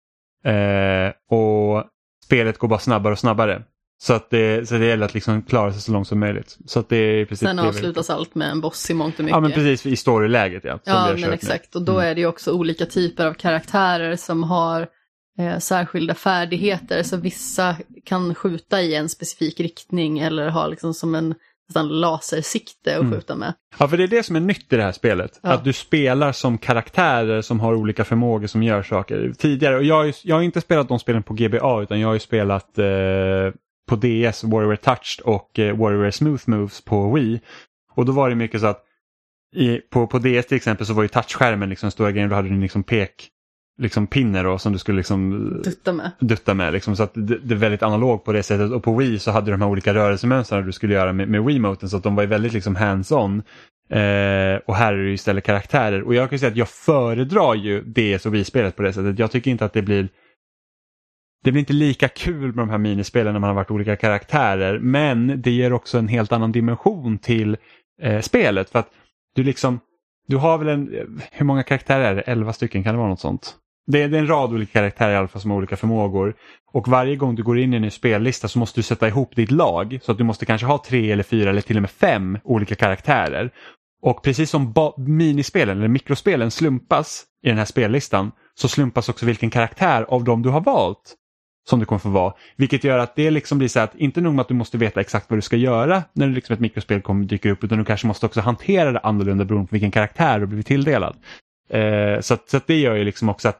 Eh, och spelet går bara snabbare och snabbare. Så att det, så det gäller att liksom klara sig så långt som möjligt. Så att det är precis. Sen avslutas allt med en boss i mångt och mycket. Ja men precis, i storyläget ja. Ja men exakt, och då mm. är det ju också olika typer av karaktärer som har eh, särskilda färdigheter. Så vissa kan skjuta i en specifik riktning eller ha liksom som en nästan lasersikte att mm. skjuta med. Ja, för det är det som är nytt i det här spelet. Ja. Att du spelar som karaktärer som har olika förmågor som gör saker. Tidigare, och jag har, ju, jag har inte spelat de spelen på G B A, utan jag har ju spelat eh, på D S, WarioWare Touched och eh, WarioWare Smooth Moves på Wii. Och då var det mycket så att i, på, på D S till exempel så var ju touchskärmen liksom stora grejer, då hade du liksom pek liksom pinner då, som du skulle liksom dutta med, dutta med liksom, så att det, det är väldigt analog på det sättet. Och på Wii så hade du de här olika rörelsemönstren du skulle göra med, med Wiimoten, så att de var ju väldigt liksom hands-on. Eh, och här är det ju istället karaktärer, och jag kan säga att jag föredrar ju D S och Wii-spelet på det sättet. Jag tycker inte att det blir det blir inte lika kul med de här minispelen när man har varit olika karaktärer, men det ger också en helt annan dimension till eh, spelet, för att du liksom du har väl en, hur många karaktärer är det? elva stycken, kan det vara något sånt? det är, det är en rad olika karaktärer i alla fall som har olika förmågor. Och varje gång du går in i en ny spellista så måste du sätta ihop ditt lag. Så att du måste kanske ha tre eller fyra eller till och med fem olika karaktärer. Och precis som ba- minispelen eller mikrospelen slumpas i den här spellistan så slumpas också vilken karaktär av dem du har valt som du kommer få vara. Vilket gör att det liksom blir så att inte nog med att du måste veta exakt vad du ska göra när det liksom ett mikrospel kommer dyka upp, utan du kanske måste också hantera det annorlunda beroende på vilken karaktär du blivit tilldelad. Eh, så, att, så att det gör ju liksom också att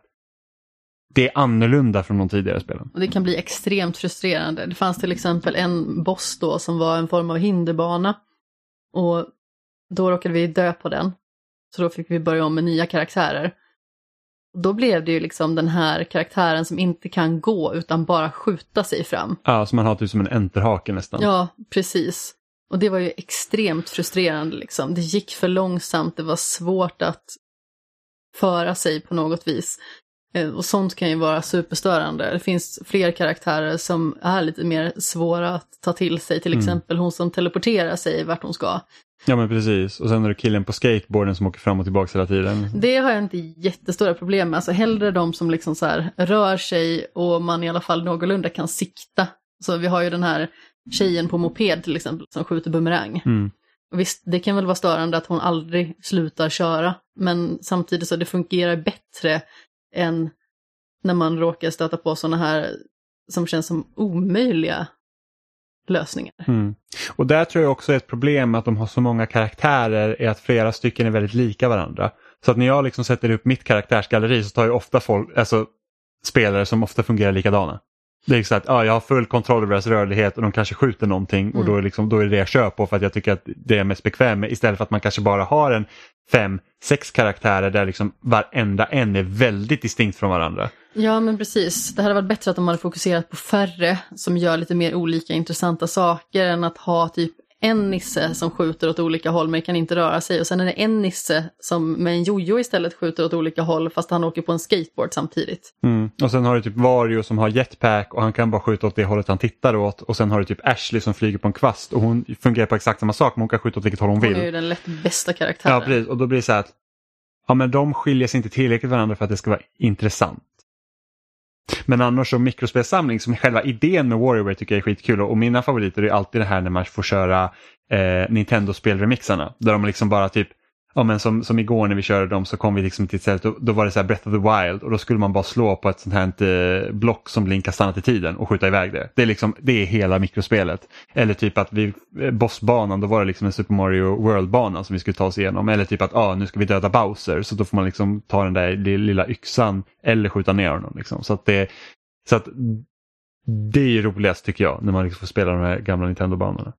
det är annorlunda från de tidigare spelen. Och det kan bli extremt frustrerande. Det fanns till exempel en boss då som var en form av hinderbana. Och då råkade vi dö på den. Så då fick vi börja om med nya karaktärer. Då blev det ju liksom den här karaktären som inte kan gå utan bara skjuta sig fram. Ja, så man har typ som en enterhake nästan. Ja, precis. Och det var ju extremt frustrerande liksom. Det gick för långsamt, det var svårt att föra sig på något vis. Och sånt kan ju vara superstörande. Det finns fler karaktärer som är lite mer svåra att ta till sig. Till exempel mm. hon som teleporterar sig vart hon ska. Ja men precis. Och sen är det killen på skateboarden som åker fram och tillbaka hela tiden. Det har jag inte jättestora problem med. Alltså hellre de som liksom så här rör sig och man i alla fall någorlunda kan sikta. Så vi har ju den här tjejen på moped till exempel som skjuter bumerang. Mm. Och visst, det kan väl vara störande att hon aldrig slutar köra. Men samtidigt så det fungerar bättre än när man råkar stöta på sådana här som känns som omöjliga lösningar. Mm. Och där tror jag också är ett problem att de har så många karaktärer är att flera stycken är väldigt lika varandra. Så att när jag liksom sätter upp mitt karaktärsgalleri så tar jag ofta folk, alltså spelare som ofta fungerar likadana. Det är så att ja, jag har full kontroll över deras rörlighet och de kanske skjuter någonting mm. och då är, liksom, då är det det jag kör på för att jag tycker att det är mest bekväm med, istället för att man kanske bara har en fem, sex karaktärer där liksom varenda en är väldigt distinkt från varandra. Ja men precis, det hade varit bättre att de hade fokuserat på färre som gör lite mer olika intressanta saker än att ha typ en nisse som skjuter åt olika håll men kan inte röra sig och sen är det en nisse som med en jojo istället skjuter åt olika håll fast han åker på en skateboard samtidigt. Mm. Och sen har du typ Wario som har jetpack och han kan bara skjuta åt det hållet han tittar åt och sen har du typ Ashley som flyger på en kvast och hon fungerar på exakt samma sak men hon kan skjuta åt vilket håll hon vill. Hon är ju den lätt bästa karaktären. Ja precis, och då blir det så här att ja men de skiljer sig inte tillräckligt varandra för att det ska vara intressant. Men annars som mikrospelsamling som själva idén med WarioWare tycker jag är skitkul och mina favoriter är alltid det här när man får köra eh, Nintendo-spelremixarna där de liksom bara typ ja men som, som igår när vi körde dem så kom vi liksom till ett ställe då, då var det så här Breath of the Wild och då skulle man bara slå på ett sånt här eh, block som blinkar stannat i tiden och skjuta iväg det. Det är liksom det är hela mikrospelet. Eller typ att vi eh, bossbanan då var det liksom en Super Mario World-bana som vi skulle ta oss igenom eller typ att ah, nu ska vi döda Bowser så då får man liksom ta den där lilla yxan eller skjuta ner honom liksom. Så att det så att det är ju roligast tycker jag när man liksom får spela de här gamla Nintendo-banorna.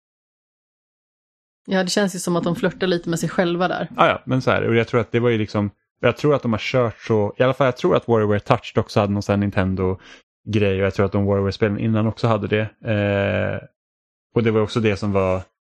Ja, det känns ju som att de flörtar lite med sig själva där. Ja, ja, men så här, och jag tror att det var ju liksom, jag tror att de har kört så, i alla fall jag tror att WarioWare Touched också hade någon sån här Nintendo-grej och jag tror att de WarioWare-spelen innan också hade det. Eh, och det var också det som var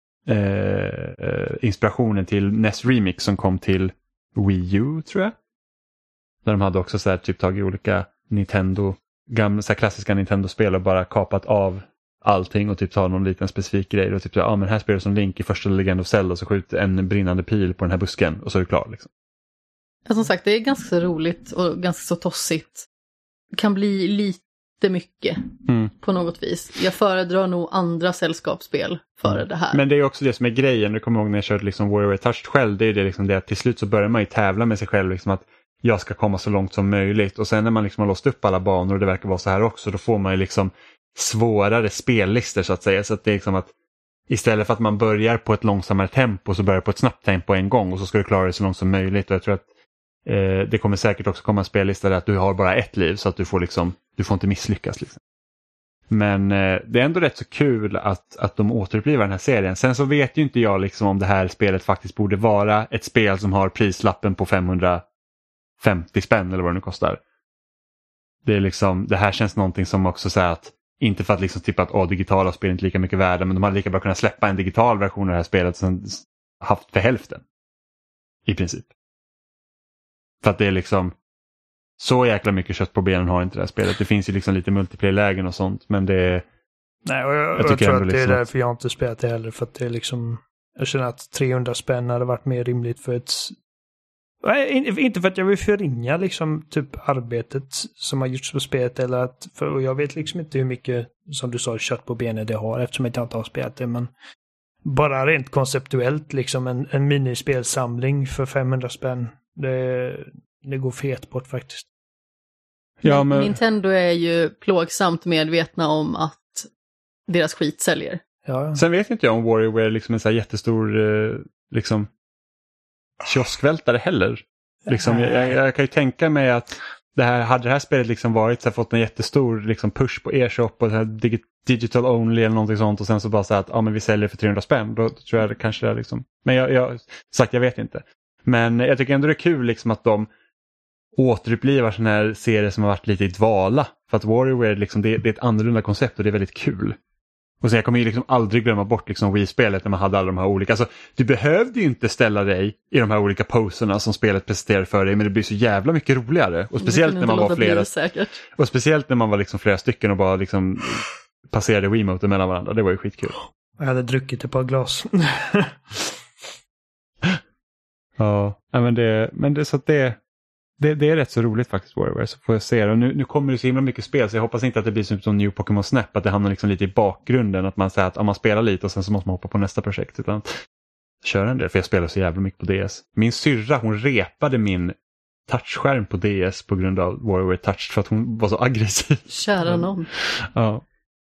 eh, inspirationen till N E S Remix som kom till Wii U, tror jag. Där de hade också så här typ tagit olika Nintendo, gamla, så här klassiska Nintendo-spel och bara kapat av allting och typ ta någon liten specifik grej och typ så ja ah, men här spelar du som Link i första Legend of Zelda så skjuter en brinnande pil på den här busken och så är du klar liksom. Ja, som sagt, det är ganska så roligt och ganska så tossigt. Det kan bli lite mycket mm. på något vis. Jag föredrar nog andra sällskapsspel före mm. det här. Men det är också det som är grejen. Du kommer ihåg när jag körde liksom WarioWare Touched själv, det är det liksom det att till slut så börjar man ju tävla med sig själv liksom att jag ska komma så långt som möjligt och sen när man liksom har låst upp alla banor och det verkar vara så här också, då får man ju liksom svårare spellistor så att säga, så att det är liksom att istället för att man börjar på ett långsammare tempo så börjar på ett snabbt tempo en gång och så ska du klara det så långt som möjligt och jag tror att eh, det kommer säkert också komma en spellista där att du har bara ett liv så att du får liksom, du får inte misslyckas liksom. Men eh, det är ändå rätt så kul att, att de återupplivar den här serien. Sen så vet ju inte jag liksom om det här spelet faktiskt borde vara ett spel som har prislappen på femhundrafemtio spänn eller vad det nu kostar. Det är liksom, det här känns någonting som också så här att inte för att liksom tippa att åh, digitala spel är inte lika mycket värda, men de hade lika bra kunnat släppa en digital version av det här spelet som haft för hälften. I princip. För att det är liksom så jäkla mycket kött på benen har inte det här spelet. Det finns ju liksom lite multiplayer-lägen och sånt, men det är... Nej, och jag, jag, jag tror att det liksom är därför jag inte spelat det heller, för att det är liksom... Jag känner att trehundra spänn hade varit mer rimligt för ett... Nej, inte för att jag vill förringa liksom typ arbetet som har gjorts på spelet eller att, för och jag vet liksom inte hur mycket, som du sa, kött på benet det har eftersom jag inte har spelat det, men bara rent konceptuellt liksom en, en minispelsamling för femhundra spänn, det, det går fet bort faktiskt. Ja, men... Nintendo är ju plågsamt medvetna om att deras skit säljer. Ja. Sen vet inte jag om WarioWare är liksom en så här jättestor eh, liksom kioskvältare heller. Liksom, jag, jag, jag kan ju tänka mig att det här, hade det här spelet liksom varit så här, fått en jättestor liksom, push på e-shop och så här, dig, digital only eller någonting sånt och sen så bara så att ja, men vi säljer för trehundra spänn, då tror jag det kanske är liksom, men jag, jag sagt jag vet inte. Men jag tycker ändå det är kul liksom att de återupplivar sådana här serier som har varit lite i dvala, för att WarioWare liksom, det, det är ett annorlunda koncept och det är väldigt kul. Och sen jag kommer ju liksom aldrig glömma bort liksom Wii-spelet när man hade alla de här olika. Alltså, du behövde ju inte ställa dig i de här olika poserna som spelet presenterar för dig, men det blir så jävla mycket roligare. Och speciellt när man var flera. Och speciellt när man var liksom flera stycken och bara liksom passerade Wiimoten mellan varandra. Det var ju skitkul. Jag hade druckit ett par glas. Ja, men det men det så att det Det, det är rätt så roligt faktiskt, WarioWare, så får jag se det. Och nu, nu kommer det så himla mycket spel, så jag hoppas inte att det blir som, som New Pokémon Snap, att det hamnar liksom lite i bakgrunden, att man säger att om man spelar lite och sen så måste man hoppa på nästa projekt, utan kör en del, för jag spelar så jävla mycket på D S. Min syrra, hon repade min touchskärm på D S på grund av WarioWare Touch, för att hon var så aggressiv. Kära någon. Ja.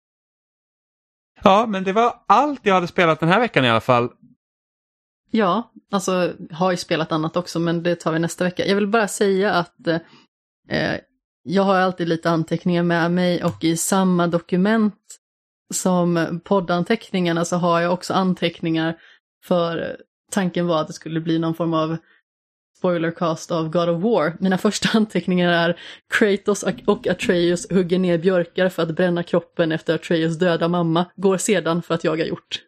Ja, men det var allt jag hade spelat den här veckan i alla fall. Ja, alltså har ju spelat annat också, men det tar vi nästa vecka. Jag vill bara säga att eh, jag har alltid lite anteckningar med mig, och i samma dokument som poddanteckningarna så har jag också anteckningar för tanken var att det skulle bli någon form av spoilercast av God of War. Mina första anteckningar är Kratos och Atreus hugger ner björkar för att bränna kroppen efter Atreus döda mamma, går sedan för att jaga hjort.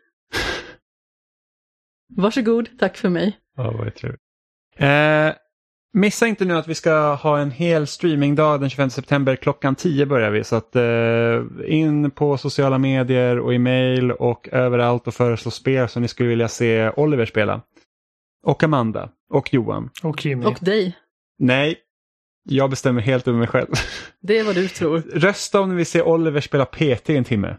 Varsågod, tack för mig. Ja, vad är trevligt. Eh, missa inte nu att vi ska ha en hel streamingdag den tjugofemte september, klockan tio börjar vi. Så att eh, in på sociala medier och e-mail och överallt och föreslå spel som ni skulle vilja se Oliver spela. Och Amanda. Och Johan. Och Kimmy. Och dig. Nej, jag bestämmer helt över mig själv. Det är vad du tror. Rösta om ni vill se Oliver spela P T i en timme.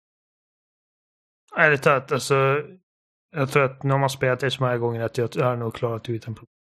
Ärligt talat, alltså... Jag tror att när man spelat det så många gånger att jag har nog klarat utan problem.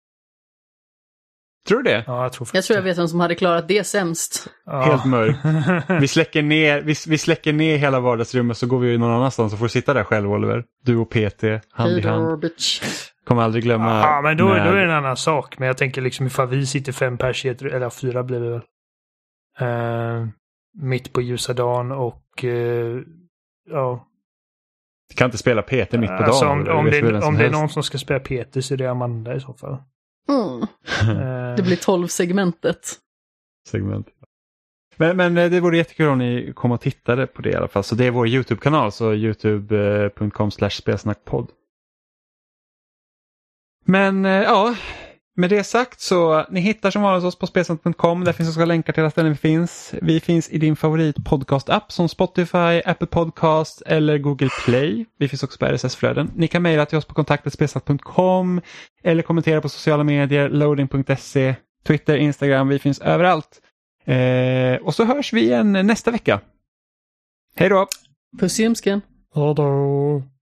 Tror du det? Ja, jag tror Jag tror jag vet vem som hade klarat det sämst. Ja. Helt mörk. Vi släcker ner, vi, vi släcker ner hela vardagsrummet, så går vi någon annanstans och får sitta där själv, Oliver. Du och P T, hand i hand. Kommer aldrig glömma. Ja, men då, då är det en annan sak. Men jag tänker liksom ifall vi sitter fem pers, eller fyra blir det väl. Uh, mitt på ljusa dagen och uh, ja... Du kan inte spela P T mitt på alltså, dagen. Om, om, det, om det är någon som ska spela P T så är det Amanda i så fall. Mm. Det blir tolv segmentet. Segment. Men, men det vore jättekul om ni kom och tittade på det i alla fall. Så det är vår YouTube-kanal, så youtube punkt com slash spelsnackpodd. Men ja, med det sagt så ni hittar som vanligt oss på spelsnack punkt com. Där finns också länkar till alla ställen vi finns. Vi finns i din favorit podcast-app som Spotify, Apple Podcast eller Google Play. Vi finns också på R S S-flöden. Ni kan mejla till oss på kontakt spelsnack punkt com eller kommentera på sociala medier, loading punkt se, Twitter, Instagram. Vi finns överallt. Eh, och så hörs vi igen nästa vecka. Hej då! Puss i ömsken. Hej då!